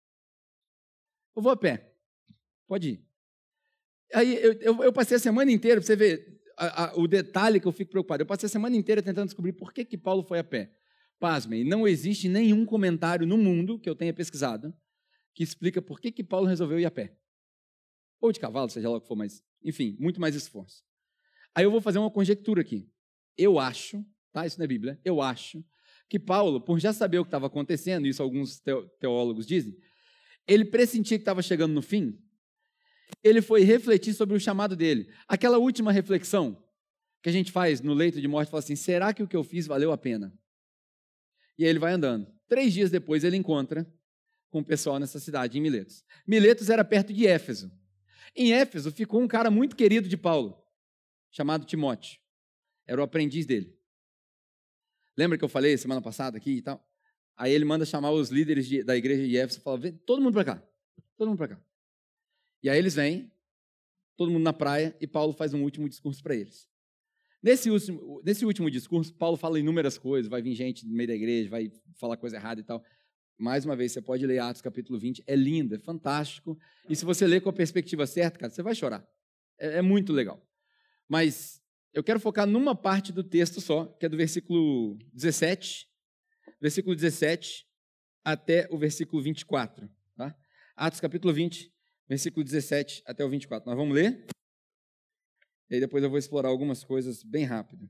Eu vou a pé, pode ir. Aí eu, eu, eu passei a semana inteira, para você ver a, a, o detalhe que eu fico preocupado, eu passei a semana inteira tentando descobrir por que, que Paulo foi a pé. Pasmem, não existe nenhum comentário no mundo que eu tenha pesquisado que explica por que, que Paulo resolveu ir a pé. Ou de cavalo, seja lá o que for, mas, enfim, muito mais esforço. Aí eu vou fazer uma conjectura aqui. Eu acho, tá? Isso não é Bíblia, eu acho que Paulo, por já saber o que estava acontecendo, isso alguns teólogos dizem, ele pressentia que estava chegando no fim, ele foi refletir sobre o chamado dele. Aquela última reflexão que a gente faz no leito de morte, fala assim, será que o que eu fiz valeu a pena? E aí ele vai andando. Três dias depois ele encontra com o pessoal nessa cidade, em Miletos. Miletos era perto de Éfeso. Em Éfeso ficou um cara muito querido de Paulo, chamado Timóteo. Era o aprendiz dele. Lembra que eu falei semana passada aqui e tal? Aí ele manda chamar os líderes de, da igreja de Éfeso e fala, vem todo mundo para cá, todo mundo para cá. E aí eles vêm, todo mundo na praia, e Paulo faz um último discurso para eles. Nesse último, nesse último discurso, Paulo fala inúmeras coisas, vai vir gente no meio da igreja, vai falar coisa errada e tal. Mais uma vez, você pode ler Atos capítulo vinte, é lindo, é fantástico. E se você ler com a perspectiva certa, cara, você vai chorar. É, é muito legal. Mas eu quero focar numa parte do texto só, que é do versículo dezessete, versículo dezessete até o versículo vinte e quatro. Tá? Atos capítulo vinte, versículo dezessete até o vinte e quatro. Nós vamos ler? E aí depois eu vou explorar algumas coisas bem rápido.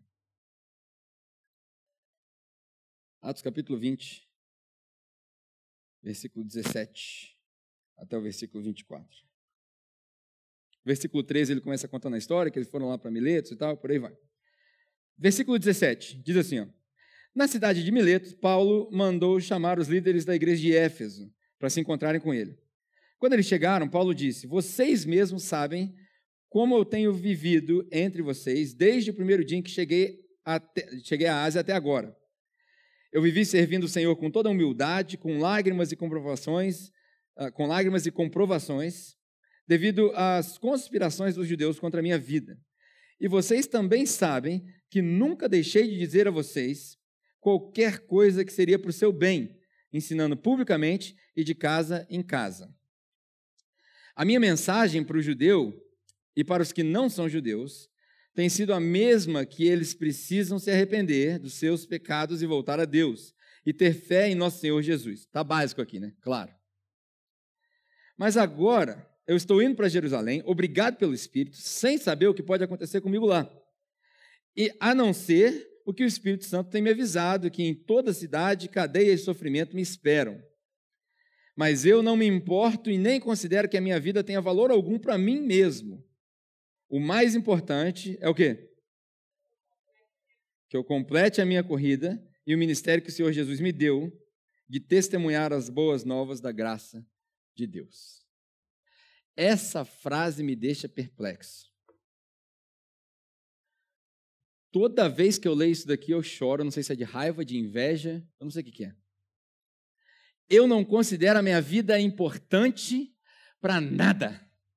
Atos capítulo vinte, versículo dezessete até o versículo vinte e quatro. Versículo treze, ele começa contando a história, que eles foram lá para Miletos e tal, por aí vai. Versículo dezessete, diz assim, ó, na cidade de Miletos, Paulo mandou chamar os líderes da igreja de Éfeso para se encontrarem com ele. Quando eles chegaram, Paulo disse, vocês mesmos sabem como eu tenho vivido entre vocês desde o primeiro dia em que cheguei, até, cheguei à Ásia até agora. Eu vivi servindo o Senhor com toda humildade, com lágrimas e comprovações, com lágrimas e comprovações, devido às conspirações dos judeus contra a minha vida. E vocês também sabem que nunca deixei de dizer a vocês qualquer coisa que seria para o seu bem, ensinando publicamente e de casa em casa. A minha mensagem para o judeu e para os que não são judeus tem sido a mesma, que eles precisam se arrepender dos seus pecados e voltar a Deus e ter fé em nosso Senhor Jesus. Está básico aqui, né? Claro. Mas agora eu estou indo para Jerusalém, obrigado pelo Espírito, sem saber o que pode acontecer comigo lá. E a não ser o que o Espírito Santo tem me avisado, que em toda cidade, cadeia e sofrimento me esperam. Mas eu não me importo e nem considero que a minha vida tenha valor algum para mim mesmo. O mais importante é o quê? Que eu complete a minha corrida e o ministério que o Senhor Jesus me deu de testemunhar as boas novas da graça de Deus. Essa frase me deixa perplexo. Toda vez que eu leio isso daqui, eu choro. Eu não sei se é de raiva, de inveja, eu não sei o que que é. Eu não considero a minha vida importante para nada,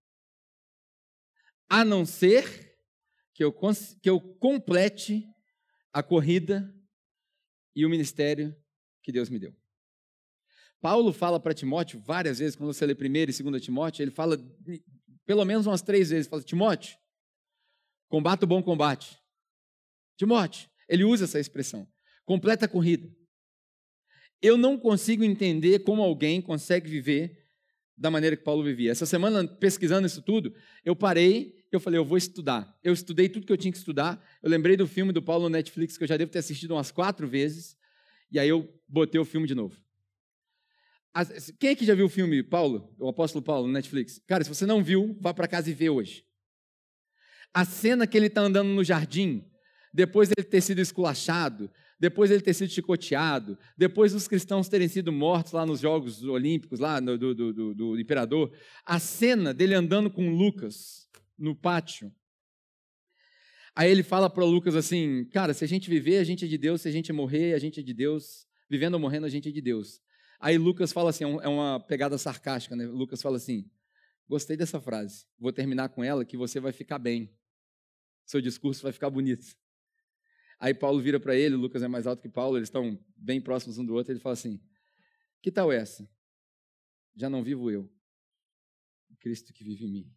a não ser que eu, que eu complete a corrida e o ministério que Deus me deu. Paulo fala para Timóteo várias vezes, quando você lê primeiro e segundo Timóteo, ele fala pelo menos umas três vezes, fala, Timóteo, combata o bom combate. Timóteo, ele usa essa expressão, completa a corrida. Eu não consigo entender como alguém consegue viver da maneira que Paulo vivia. Essa semana, pesquisando isso tudo, eu parei, eu falei, eu vou estudar. Eu estudei tudo que eu tinha que estudar, eu lembrei do filme do Paulo no Netflix, que eu já devo ter assistido umas quatro vezes, e aí eu botei o filme de novo. Quem é que já viu o filme Paulo, o apóstolo Paulo, no Netflix? Cara, se você não viu, vá para casa e vê hoje. A cena que ele está andando no jardim, depois dele ter sido esculachado, depois dele ter sido chicoteado, depois dos cristãos terem sido mortos lá nos Jogos Olímpicos, lá no, do, do, do, do imperador, a cena dele andando com Lucas no pátio. Aí ele fala para o Lucas assim, cara, se a gente viver, a gente é de Deus, se a gente morrer, a gente é de Deus, vivendo ou morrendo, a gente é de Deus. Aí Lucas fala assim, é uma pegada sarcástica, né? Lucas fala assim, gostei dessa frase, vou terminar com ela que você vai ficar bem, seu discurso vai ficar bonito. Aí Paulo vira para ele, o Lucas é mais alto que Paulo, eles estão bem próximos um do outro, ele fala assim, que tal essa? Já não vivo eu, Cristo que vive em mim.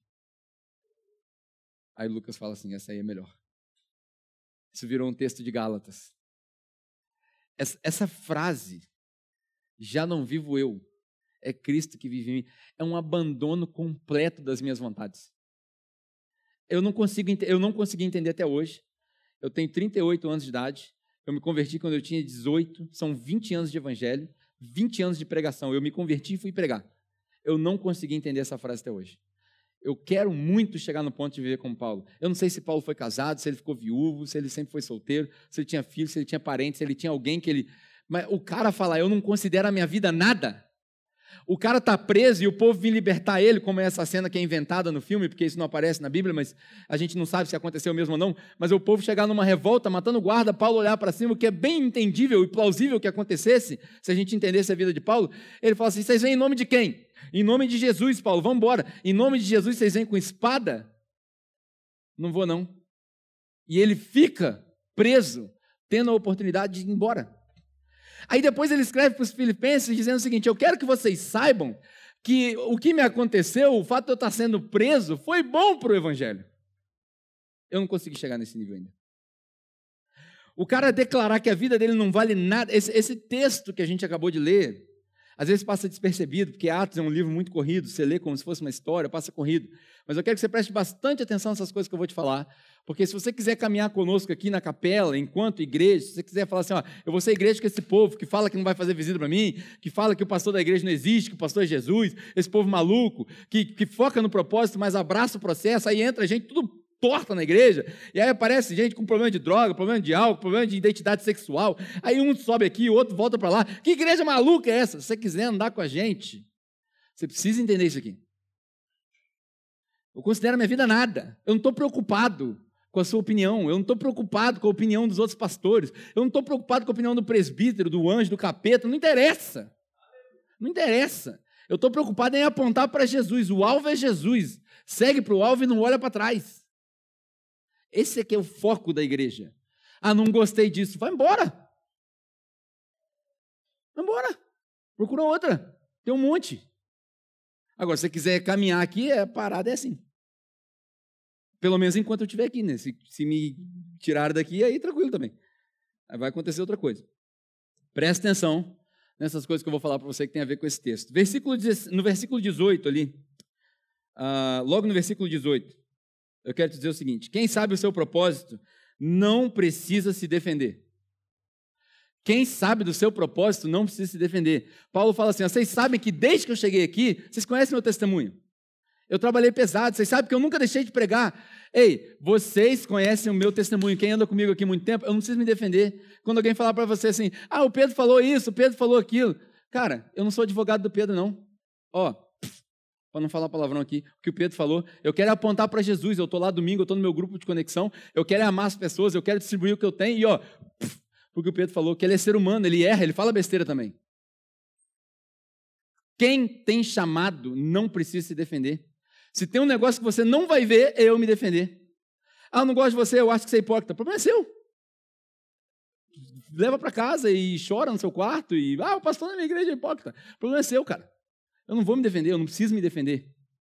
Aí Lucas fala assim, essa aí é melhor. Isso virou um texto de Gálatas. Essa, essa frase, já não vivo eu, é Cristo que vive em mim, é um abandono completo das minhas vontades. Eu não consigo, eu não consegui entender até hoje. Eu tenho trinta e oito anos de idade, eu me converti quando eu tinha dezoito, são vinte anos de evangelho, vinte anos de pregação, eu me converti e fui pregar. Eu não consegui entender essa frase até hoje. Eu quero muito chegar no ponto de viver como Paulo. Eu não sei se Paulo foi casado, se ele ficou viúvo, se ele sempre foi solteiro, se ele tinha filho, se ele tinha parente, se ele tinha alguém que ele... Mas o cara fala, eu não considero a minha vida nada. O cara está preso e o povo vem libertar ele, como é essa cena que é inventada no filme, porque isso não aparece na Bíblia, mas a gente não sabe se aconteceu mesmo ou não, mas o povo chegar numa revolta, matando guarda, Paulo olhar para cima, o que é bem entendível e plausível que acontecesse, se a gente entendesse a vida de Paulo, ele fala assim, vocês vêm em nome de quem? Em nome de Jesus, Paulo, vamos embora. Em nome de Jesus, vocês vêm com espada? Não vou não. E ele fica preso, tendo a oportunidade de ir embora. Aí depois ele escreve para os filipenses dizendo o seguinte, eu quero que vocês saibam que o que me aconteceu, o fato de eu estar sendo preso, foi bom para o evangelho. Eu não consegui chegar nesse nível ainda. O cara declarar que a vida dele não vale nada, esse, esse texto que a gente acabou de ler, às vezes passa despercebido, porque Atos é um livro muito corrido, você lê como se fosse uma história, passa corrido. Mas eu quero que você preste bastante atenção nessas coisas que eu vou te falar, porque se você quiser caminhar conosco aqui na capela, enquanto igreja, se você quiser falar assim, ó, eu vou ser igreja com esse povo que fala que não vai fazer visita para mim, que fala que o pastor da igreja não existe, que o pastor é Jesus, esse povo maluco, que, que foca no propósito, mas abraça o processo, aí entra gente tudo torta na igreja, e aí aparece gente com problema de droga, problema de álcool, problema de identidade sexual, aí um sobe aqui, o outro volta para lá. Que igreja maluca é essa? Se você quiser andar com a gente, você precisa entender isso aqui. Eu considero a minha vida nada. Eu não estou preocupado com a sua opinião, eu não estou preocupado com a opinião dos outros pastores, eu não estou preocupado com a opinião do presbítero, do anjo, do capeta, não interessa. Não interessa. Eu estou preocupado em apontar para Jesus, o alvo é Jesus. Segue para o alvo e não olha para trás. Esse aqui é o foco da igreja. Ah, não gostei disso. Vai embora. Vai embora. Procura outra. Tem um monte. Agora, se você quiser caminhar aqui, a parada é assim. Pelo menos enquanto eu estiver aqui, né? Se, se me tirar daqui, aí tranquilo também. Aí vai acontecer outra coisa. Presta atenção nessas coisas que eu vou falar para você que tem a ver com esse texto. Versículo, no versículo dezoito ali, uh, logo no versículo dezoito, eu quero te dizer o seguinte, quem sabe o seu propósito não precisa se defender. Quem sabe do seu propósito não precisa se defender. Paulo fala assim, vocês sabem que desde que eu cheguei aqui, vocês conhecem meu testemunho. Eu trabalhei pesado, vocês sabem que eu nunca deixei de pregar. Ei, vocês conhecem o meu testemunho, quem anda comigo aqui há muito tempo, eu não preciso me defender. Quando alguém falar para você assim, ah, o Pedro falou isso, o Pedro falou aquilo. Cara, eu não sou advogado do Pedro, não. Ó, para para não falar palavrão aqui, o que o Pedro falou, eu quero apontar para Jesus, eu estou lá domingo, eu estou no meu grupo de conexão, eu quero amar as pessoas, eu quero distribuir o que eu tenho, e ó, porque o Pedro falou que ele é ser humano, ele erra, ele fala besteira também. Quem tem chamado não precisa se defender. Se tem um negócio que você não vai ver, é eu me defender. Ah, eu não gosto de você, eu acho que você é hipócrita. O problema é seu. Leva para casa e chora no seu quarto e, ah, o pastor da minha igreja é hipócrita. O problema é seu, cara. Eu não vou me defender, eu não preciso me defender.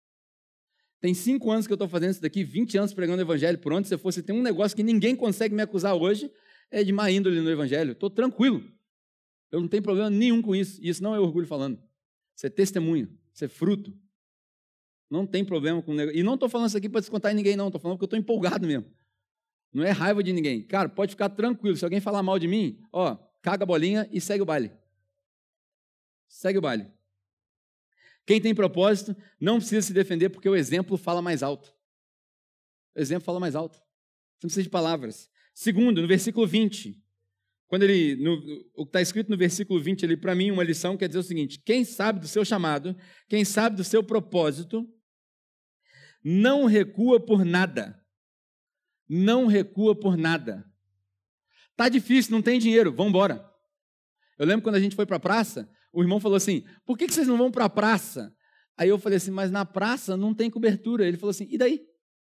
Tem cinco anos que eu estou fazendo isso daqui, vinte anos pregando o evangelho. Por onde você for, se tem um negócio que ninguém consegue me acusar hoje, é de má índole no evangelho. Estou tranquilo. Eu não tenho problema nenhum com isso. Isso não é orgulho falando. Isso é testemunho, isso é fruto. Não tem problema com negócio. E não estou falando isso aqui para descontar em ninguém, não. Estou falando porque eu estou empolgado mesmo. Não é raiva de ninguém. Cara, pode ficar tranquilo. Se alguém falar mal de mim, ó, caga a bolinha e segue o baile. Segue o baile. Quem tem propósito não precisa se defender porque o exemplo fala mais alto. O exemplo fala mais alto. Você não precisa de palavras. Segundo, no versículo vinte, quando ele, no, o que está escrito no versículo vinte, ali, para mim, uma lição quer dizer o seguinte: quem sabe do seu chamado, quem sabe do seu propósito, não recua por nada. Não recua por nada. Tá difícil, não tem dinheiro, vamos embora. Eu lembro quando a gente foi para a praça, o irmão falou assim, por que vocês não vão para a praça? Aí eu falei assim, mas na praça não tem cobertura. Ele falou assim, e daí?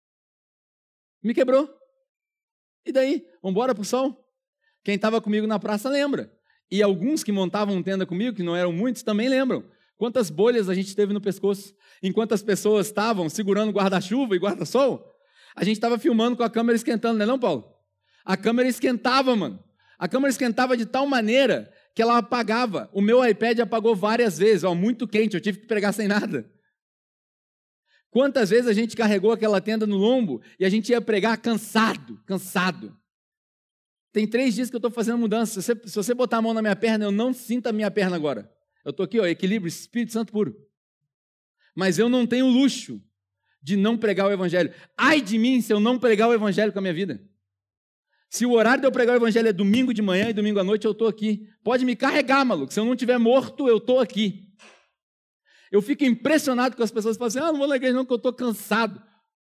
Me quebrou. E daí? Vamos embora para o sol? Quem estava comigo na praça lembra. E alguns que montavam tenda comigo, que não eram muitos, também lembram. Quantas bolhas a gente teve no pescoço, enquanto as pessoas estavam segurando guarda-chuva e guarda-sol. A gente estava filmando com a câmera esquentando, não é não, Paulo? A câmera esquentava, mano. A câmera esquentava de tal maneira que ela apagava. O meu iPad apagou várias vezes, ó, muito quente, eu tive que pregar sem nada. Quantas vezes a gente carregou aquela tenda no lombo e a gente ia pregar cansado, cansado. Tem três dias que eu estou fazendo mudança. Se você, se você botar a mão na minha perna, eu não sinto a minha perna agora. Eu estou aqui, ó, equilíbrio, Espírito Santo puro. Mas eu não tenho luxo de não pregar o evangelho. Ai de mim se eu não pregar o evangelho com a minha vida. Se o horário de eu pregar o evangelho é domingo de manhã e domingo à noite, eu estou aqui. Pode me carregar, maluco. Se eu não estiver morto, eu estou aqui. Eu fico impressionado com as pessoas que falam assim, ah, não vou na igreja não, que eu estou cansado.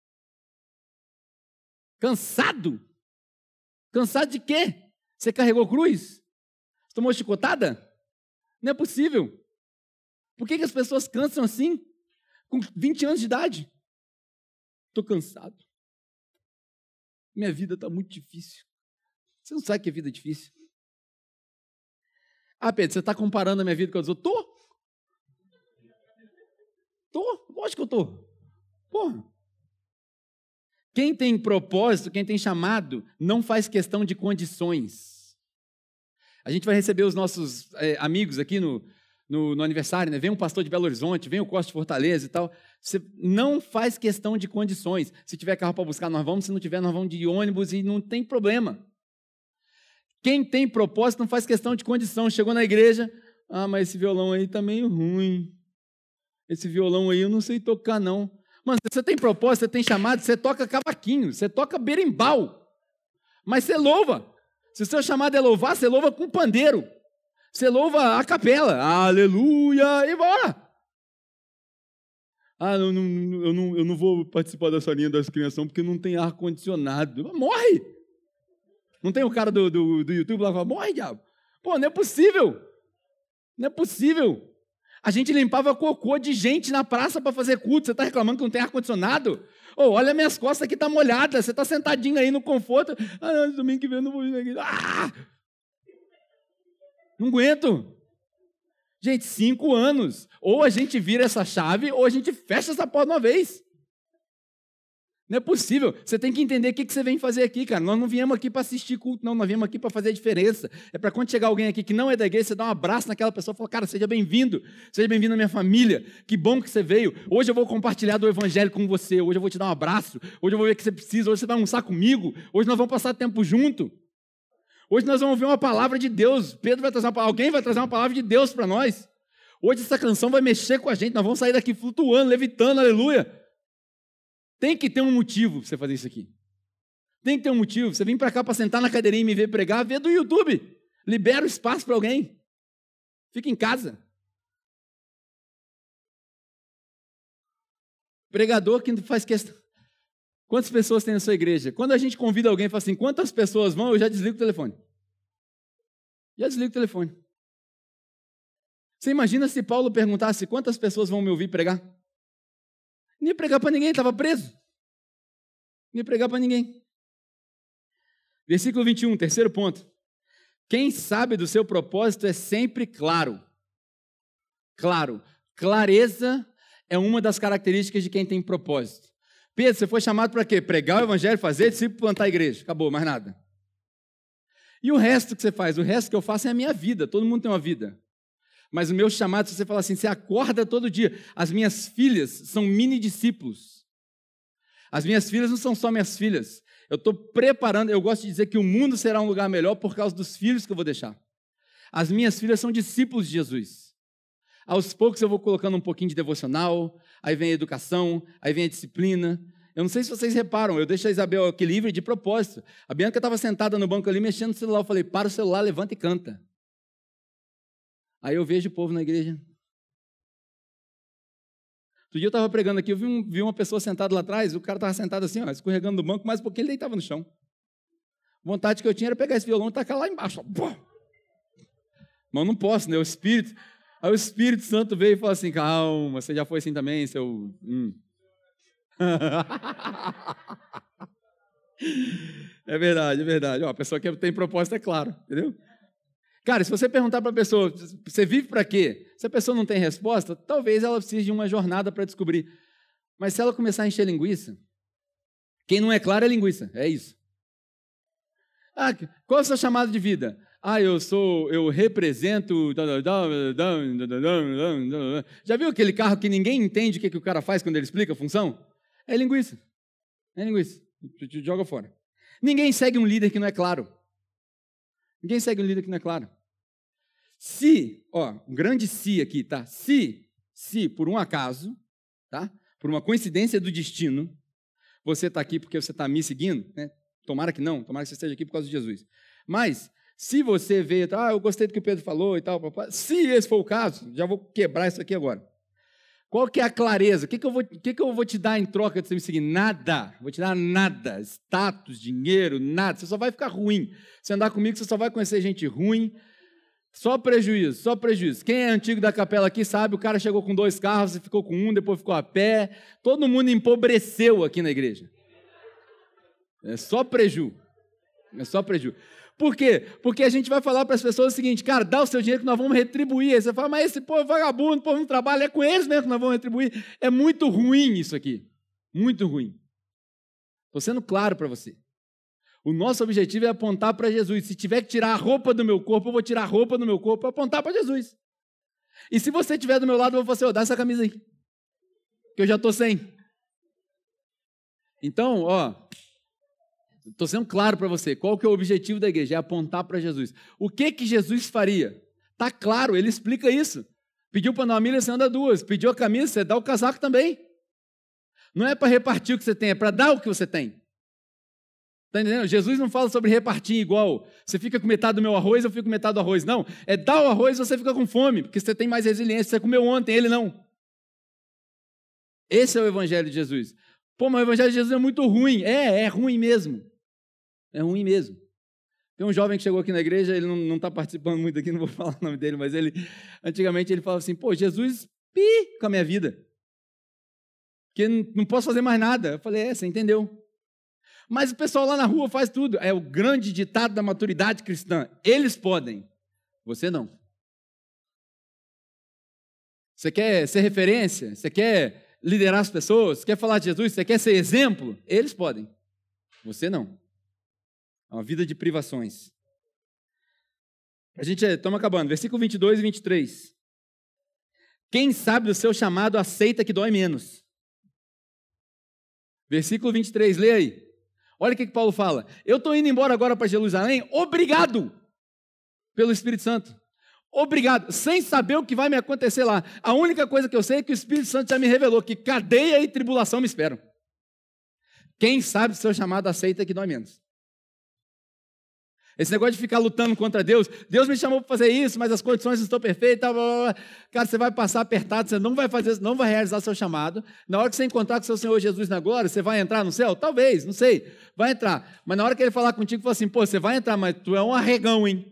Cansado? Cansado de quê? Você carregou cruz? Você tomou chicotada? Não é possível. Por que que as pessoas cansam assim? Com vinte anos de idade? Estou cansado. Minha vida está muito difícil. Você não sabe que a vida é difícil? Ah, Pedro, você está comparando a minha vida com a dos outros? Estou. Estou, lógico que eu estou. Porra. Quem tem propósito, quem tem chamado, não faz questão de condições. A gente vai receber os nossos é, amigos aqui no, no, no aniversário, né? Vem um pastor de Belo Horizonte, vem o Costa de Fortaleza e tal. Você não faz questão de condições. Se tiver carro para buscar, nós vamos. Se não tiver, nós vamos de ônibus e não tem problema. Quem tem propósito não faz questão de condição. Chegou na igreja, ah, mas esse violão aí tá meio ruim. Esse violão aí eu não sei tocar, não. Mano, se você tem propósito, você tem chamado, você toca cavaquinho, você toca berimbau. Mas você louva. Se o seu chamado é louvar, você louva com pandeiro. Você louva a capela. Aleluia! E bora! Ah, eu não, eu, não, eu não vou participar dessa linha das crianças porque não tem ar-condicionado. Morre! Não tem o cara do, do, do YouTube lá que fala, morre, diabo. Pô, não é possível. Não é possível. A gente limpava cocô de gente na praça para fazer culto. Você está reclamando que não tem ar-condicionado? Oh, olha minhas costas aqui, tá molhada. Você está sentadinho aí no conforto. Ah, não, domingo que vem eu não vou ir na igreja. Ah! Não aguento. Gente, cinco anos. Ou a gente vira essa chave, ou a gente fecha essa porta de uma vez. Não é possível. Você tem que entender o que você vem fazer aqui, cara. Nós não viemos aqui para assistir culto, não. Nós viemos aqui para fazer a diferença. É para quando chegar alguém aqui que não é da igreja, você dá um abraço naquela pessoa e fala, cara, seja bem-vindo. Seja bem-vindo à minha família. Que bom que você veio. Hoje eu vou compartilhar do evangelho com você. Hoje eu vou te dar um abraço. Hoje eu vou ver o que você precisa. Hoje você vai almoçar comigo. Hoje nós vamos passar tempo junto. Hoje nós vamos ver uma palavra de Deus. Pedro vai trazer uma palavra. Alguém vai trazer uma palavra de Deus para nós. Hoje essa canção vai mexer com a gente. Nós vamos sair daqui flutuando, levitando, aleluia. Tem que ter um motivo para você fazer isso aqui. Tem que ter um motivo. Você vem para cá para sentar na cadeirinha e me ver pregar, vê do YouTube. Libera o espaço para alguém. Fica em casa. Pregador que faz questão. Quantas pessoas tem na sua igreja? Quando a gente convida alguém e fala assim, quantas pessoas vão, eu já desligo o telefone. Já desligo o telefone. Você imagina se Paulo perguntasse quantas pessoas vão me ouvir pregar? Não ia pregar para ninguém, estava preso. Não ia pregar para ninguém. Versículo vinte e um, terceiro ponto. Quem sabe do seu propósito é sempre claro. Claro. Clareza é uma das características de quem tem propósito. Pedro, você foi chamado para quê? Pregar o evangelho, fazer discípulo, plantar a igreja. Acabou, mais nada. E o resto que você faz? O resto que eu faço é a minha vida. Todo mundo tem uma vida. Mas o meu chamado, se você falar assim, você acorda todo dia. As minhas filhas são mini discípulos. As minhas filhas não são só minhas filhas. Eu estou preparando, eu gosto de dizer que o mundo será um lugar melhor por causa dos filhos que eu vou deixar. As minhas filhas são discípulos de Jesus. Aos poucos eu vou colocando um pouquinho de devocional, aí vem a educação, aí vem a disciplina. Eu não sei se vocês reparam, eu deixo a Isabel aqui livre de propósito. A Bianca estava sentada no banco ali, mexendo no celular. Eu falei, para o celular, levanta e canta. Aí eu vejo o povo na igreja. Outro dia eu estava pregando aqui, eu vi, um, vi uma pessoa sentada lá atrás, o cara estava sentado assim, ó, escorregando no banco, mais um pouquinho ele deitava no chão. Vontade que eu tinha era pegar esse violão e tacar lá embaixo. Ó. Mas eu não posso, né? O Espírito... Aí o Espírito Santo veio e falou assim, calma, você já foi assim também, seu... Hum. É verdade, é verdade. Ó, a pessoa que tem propósito é claro, entendeu? Cara, se você perguntar para a pessoa, você vive para quê? Se a pessoa não tem resposta, talvez ela precise de uma jornada para descobrir. Mas se ela começar a encher linguiça, quem não é claro é linguiça, é isso. Ah, qual é o seu chamado de vida? Ah, eu sou, eu represento... Já viu aquele carro que ninguém entende o que, que o cara faz quando ele explica a função? É linguiça. É linguiça. Joga fora. Ninguém segue um líder que não é claro. Ninguém segue um líder que não é claro. Se, ó, um grande se aqui, tá? Se, se por um acaso, tá? Por uma coincidência do destino, você está aqui porque você está me seguindo, né? Tomara que não, tomara que você esteja aqui por causa de Jesus. Mas... se você vê, ah, eu gostei do que o Pedro falou e tal, se esse for o caso, já vou quebrar isso aqui agora. Qual que é a clareza? O que, que, eu, vou, o que, que eu vou te dar em troca de você me seguir? Nada. Vou te dar nada. Status, dinheiro, nada. Você só vai ficar ruim. Se andar comigo, você só vai conhecer gente ruim. Só prejuízo, só prejuízo. Quem é antigo da capela aqui sabe, o cara chegou com dois carros, você ficou com um, depois ficou a pé. Todo mundo empobreceu aqui na igreja. É só preju. É só preju. Por quê? Porque a gente vai falar para as pessoas o seguinte, cara, dá o seu dinheiro que nós vamos retribuir. Aí você fala, mas esse povo é vagabundo, o povo não trabalha, é com eles mesmo que nós vamos retribuir. É muito ruim isso aqui, muito ruim. Estou sendo claro para você. O nosso objetivo é apontar para Jesus. Se tiver que tirar a roupa do meu corpo, eu vou tirar a roupa do meu corpo para apontar para Jesus. E se você estiver do meu lado, eu vou falar assim, oh, dá essa camisa aí, que eu já estou sem. Então, ó... estou sendo claro para você, qual que é o objetivo da igreja? É apontar para Jesus. O que que Jesus faria? Está claro, ele explica isso. Pediu para dar uma milha, você anda duas. Pediu a camisa, você dá o casaco também. Não é para repartir o que você tem, é para dar o que você tem. Está entendendo? Jesus não fala sobre repartir igual. Você fica com metade do meu arroz, eu fico com metade do arroz. Não, é dar o arroz e você fica com fome, porque você tem mais resiliência. Você comeu ontem, ele não. Esse é o evangelho de Jesus. Pô, mas o evangelho de Jesus é muito ruim. É, é ruim mesmo. É ruim mesmo. Tem um jovem que chegou aqui na igreja, ele não está participando muito aqui, não vou falar o nome dele, mas ele, antigamente ele falava assim, pô, Jesus, pi, com a minha vida. Porque não posso fazer mais nada. Eu falei, é, você entendeu. Mas o pessoal lá na rua faz tudo. É o grande ditado da maturidade cristã. Eles podem, você não. Você quer ser referência? Você quer liderar as pessoas? Você quer falar de Jesus? Você quer ser exemplo? Eles podem, você não. É uma vida de privações. A gente estamos acabando. Versículo vinte e dois e vinte e três. Quem sabe do seu chamado aceita que dói menos. Versículo vinte e três, lê aí. Olha o que, que Paulo fala. Eu estou indo embora agora para Jerusalém, obrigado pelo Espírito Santo. Obrigado, sem saber o que vai me acontecer lá. A única coisa que eu sei é que o Espírito Santo já me revelou que cadeia e tribulação me esperam. Quem sabe do seu chamado aceita que dói menos. Esse negócio de ficar lutando contra Deus, Deus me chamou para fazer isso, mas as condições não estão perfeitas, blá, blá, blá. Cara, você vai passar apertado, você não vai fazer, não vai realizar seu chamado. Na hora que você encontrar com o seu Senhor Jesus na glória, você vai entrar no céu? Talvez, não sei, vai entrar. Mas na hora que ele falar contigo, fala assim, pô, você vai entrar, mas tu é um arregão, hein?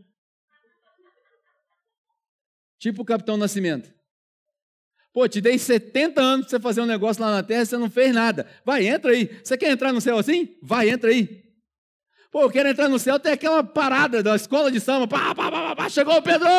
Tipo o Capitão Nascimento. Pô, te dei setenta anos para você fazer um negócio lá na terra e você não fez nada. Vai, entra aí. Você quer entrar no céu assim? Vai, entra aí. Pô, eu quero entrar no céu, tem aquela parada da escola de samba. Pá, pá, pá, pá, chegou o Pedro!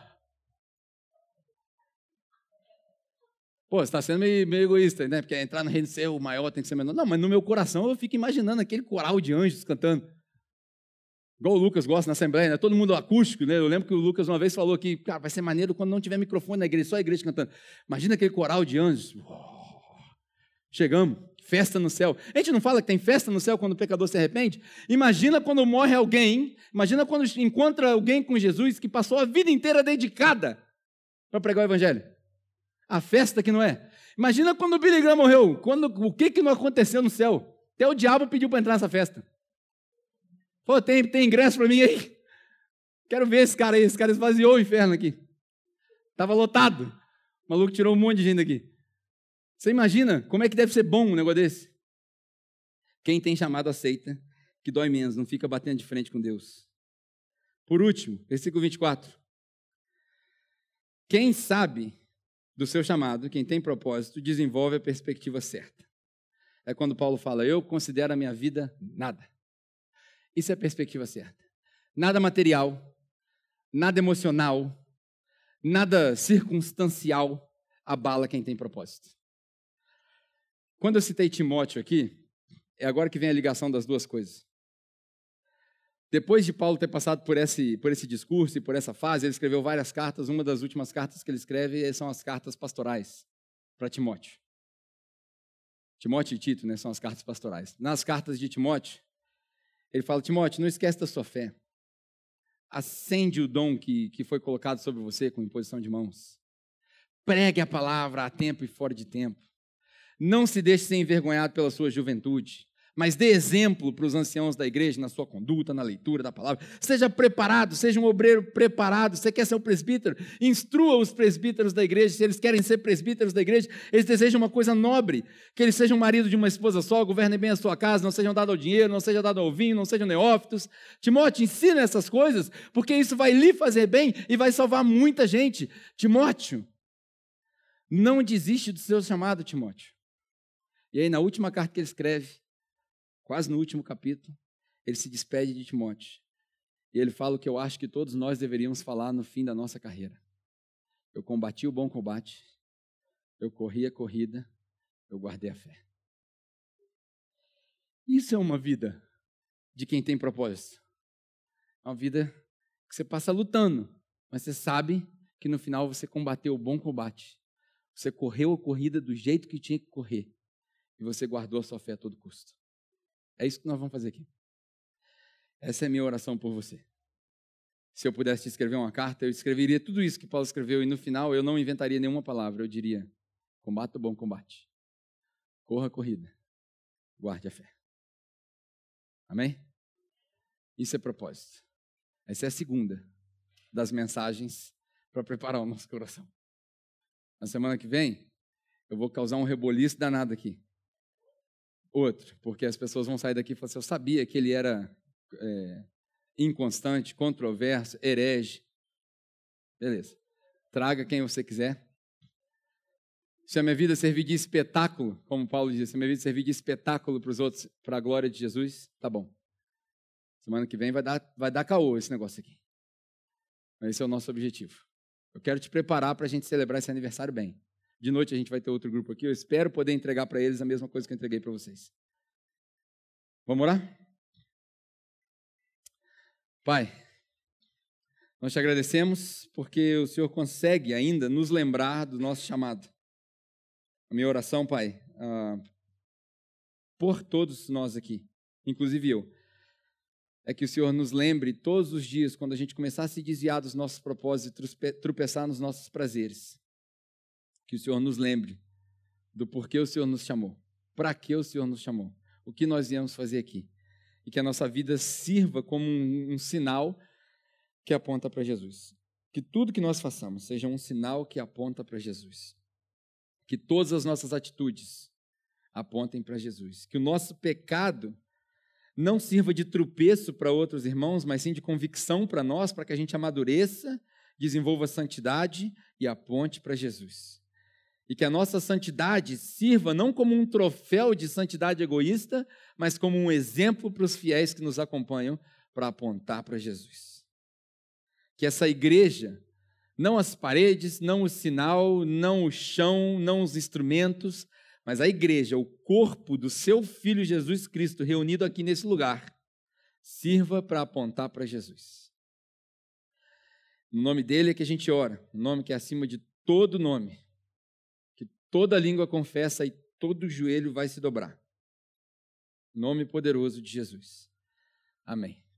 Pô, você está sendo meio, meio egoísta, né? Porque entrar no reino do céu, o maior tem que ser menor. Não, mas no meu coração eu fico imaginando aquele coral de anjos cantando. Igual o Lucas gosta na Assembleia, né? Todo mundo acústico, né? Eu lembro que o Lucas uma vez falou que, cara, vai ser maneiro quando não tiver microfone na igreja, só a igreja cantando. Imagina aquele coral de anjos. Chegamos, festa no céu. A gente não fala que tem festa no céu quando o pecador se arrepende? Imagina quando morre alguém, imagina quando encontra alguém com Jesus que passou a vida inteira dedicada para pregar o evangelho. A festa que não é. Imagina quando o Billy Graham morreu, quando, o que, que não aconteceu no céu? Até o diabo pediu para entrar nessa festa. Pô, tem, tem ingresso para mim aí? Quero ver esse cara aí. Esse cara esvaziou o inferno aqui. Estava lotado. O maluco tirou um monte de gente daqui. Você imagina como é que deve ser bom um negócio desse? Quem tem chamado aceita, que dói menos, não fica batendo de frente com Deus. Por último, versículo vinte e quatro. Quem sabe do seu chamado, quem tem propósito, desenvolve a perspectiva certa. É quando Paulo fala, eu considero a minha vida nada. Isso é a perspectiva certa. Nada material, nada emocional, nada circunstancial abala quem tem propósito. Quando eu citei Timóteo aqui, é agora que vem a ligação das duas coisas. Depois de Paulo ter passado por esse, por esse discurso e por essa fase, ele escreveu várias cartas. Uma das últimas cartas que ele escreve são as cartas pastorais para Timóteo. Timóteo e Tito, né, são as cartas pastorais. Nas cartas de Timóteo, ele fala, Timóteo, não esquece da sua fé. Acende o dom que, que foi colocado sobre você com imposição de mãos. Pregue a palavra a tempo e fora de tempo. Não se deixe ser envergonhado pela sua juventude, mas dê exemplo para os anciãos da igreja na sua conduta, na leitura da palavra. Seja preparado, seja um obreiro preparado. Você quer ser um presbítero? Instrua os presbíteros da igreja. Se eles querem ser presbíteros da igreja, eles desejam uma coisa nobre, que eles sejam marido de uma esposa só, governem bem a sua casa, não sejam dados ao dinheiro, não sejam dados ao vinho, não sejam neófitos. Timóteo, ensina essas coisas, porque isso vai lhe fazer bem e vai salvar muita gente. Timóteo, não desiste do seu chamado, Timóteo. E aí, na última carta que ele escreve, quase no último capítulo, ele se despede de Timóteo. E ele fala o que eu acho que todos nós deveríamos falar no fim da nossa carreira. Eu combati o bom combate, eu corri a corrida, eu guardei a fé. Isso é uma vida de quem tem propósito. É uma vida que você passa lutando, mas você sabe que no final você combateu o bom combate. Você correu a corrida do jeito que tinha que correr. E você guardou a sua fé a todo custo. É isso que nós vamos fazer aqui. Essa é a minha oração por você. Se eu pudesse te escrever uma carta, eu escreveria tudo isso que Paulo escreveu e no final eu não inventaria nenhuma palavra. Eu diria, combata o bom combate. Corra a corrida. Guarde a fé. Amém? Isso é propósito. Essa é a segunda das mensagens para preparar o nosso coração. Na semana que vem, eu vou causar um reboliço danado aqui. Outro, porque as pessoas vão sair daqui e falar assim, eu sabia que ele era é, inconstante, controverso, herege. Beleza. Traga quem você quiser. Se a minha vida servir de espetáculo, como Paulo diz, se a minha vida servir de espetáculo para os outros, para a glória de Jesus, tá bom. Semana que vem vai dar, vai dar caô esse negócio aqui. Mas esse é o nosso objetivo. Eu quero te preparar para a gente celebrar esse aniversário bem. De noite a gente vai ter outro grupo aqui. Eu espero poder entregar para eles a mesma coisa que eu entreguei para vocês. Vamos orar? Pai, nós te agradecemos porque o Senhor consegue ainda nos lembrar do nosso chamado. A minha oração, Pai, uh, por todos nós aqui, inclusive eu, é que o Senhor nos lembre todos os dias, quando a gente começar a se desviar dos nossos propósitos, tropeçar nos nossos prazeres, que o Senhor nos lembre do porquê o Senhor nos chamou, para que o Senhor nos chamou, o que nós viemos fazer aqui. e que a nossa vida sirva como um, um sinal que aponta para Jesus. Que tudo que nós façamos seja um sinal que aponta para Jesus. Que todas as nossas atitudes apontem para Jesus. Que o nosso pecado não sirva de tropeço para outros irmãos, mas sim de convicção para nós, para que a gente amadureça, desenvolva santidade e aponte para Jesus. E que a nossa santidade sirva não como um troféu de santidade egoísta, mas como um exemplo para os fiéis que nos acompanham para apontar para Jesus. Que essa igreja, não as paredes, não o sinal, não o chão, não os instrumentos, mas a igreja, o corpo do seu Filho Jesus Cristo reunido aqui nesse lugar, sirva para apontar para Jesus. No nome dele é que a gente ora, o nome que é acima de todo nome, que toda língua confessa e todo joelho vai se dobrar. Nome poderoso de Jesus. Amém.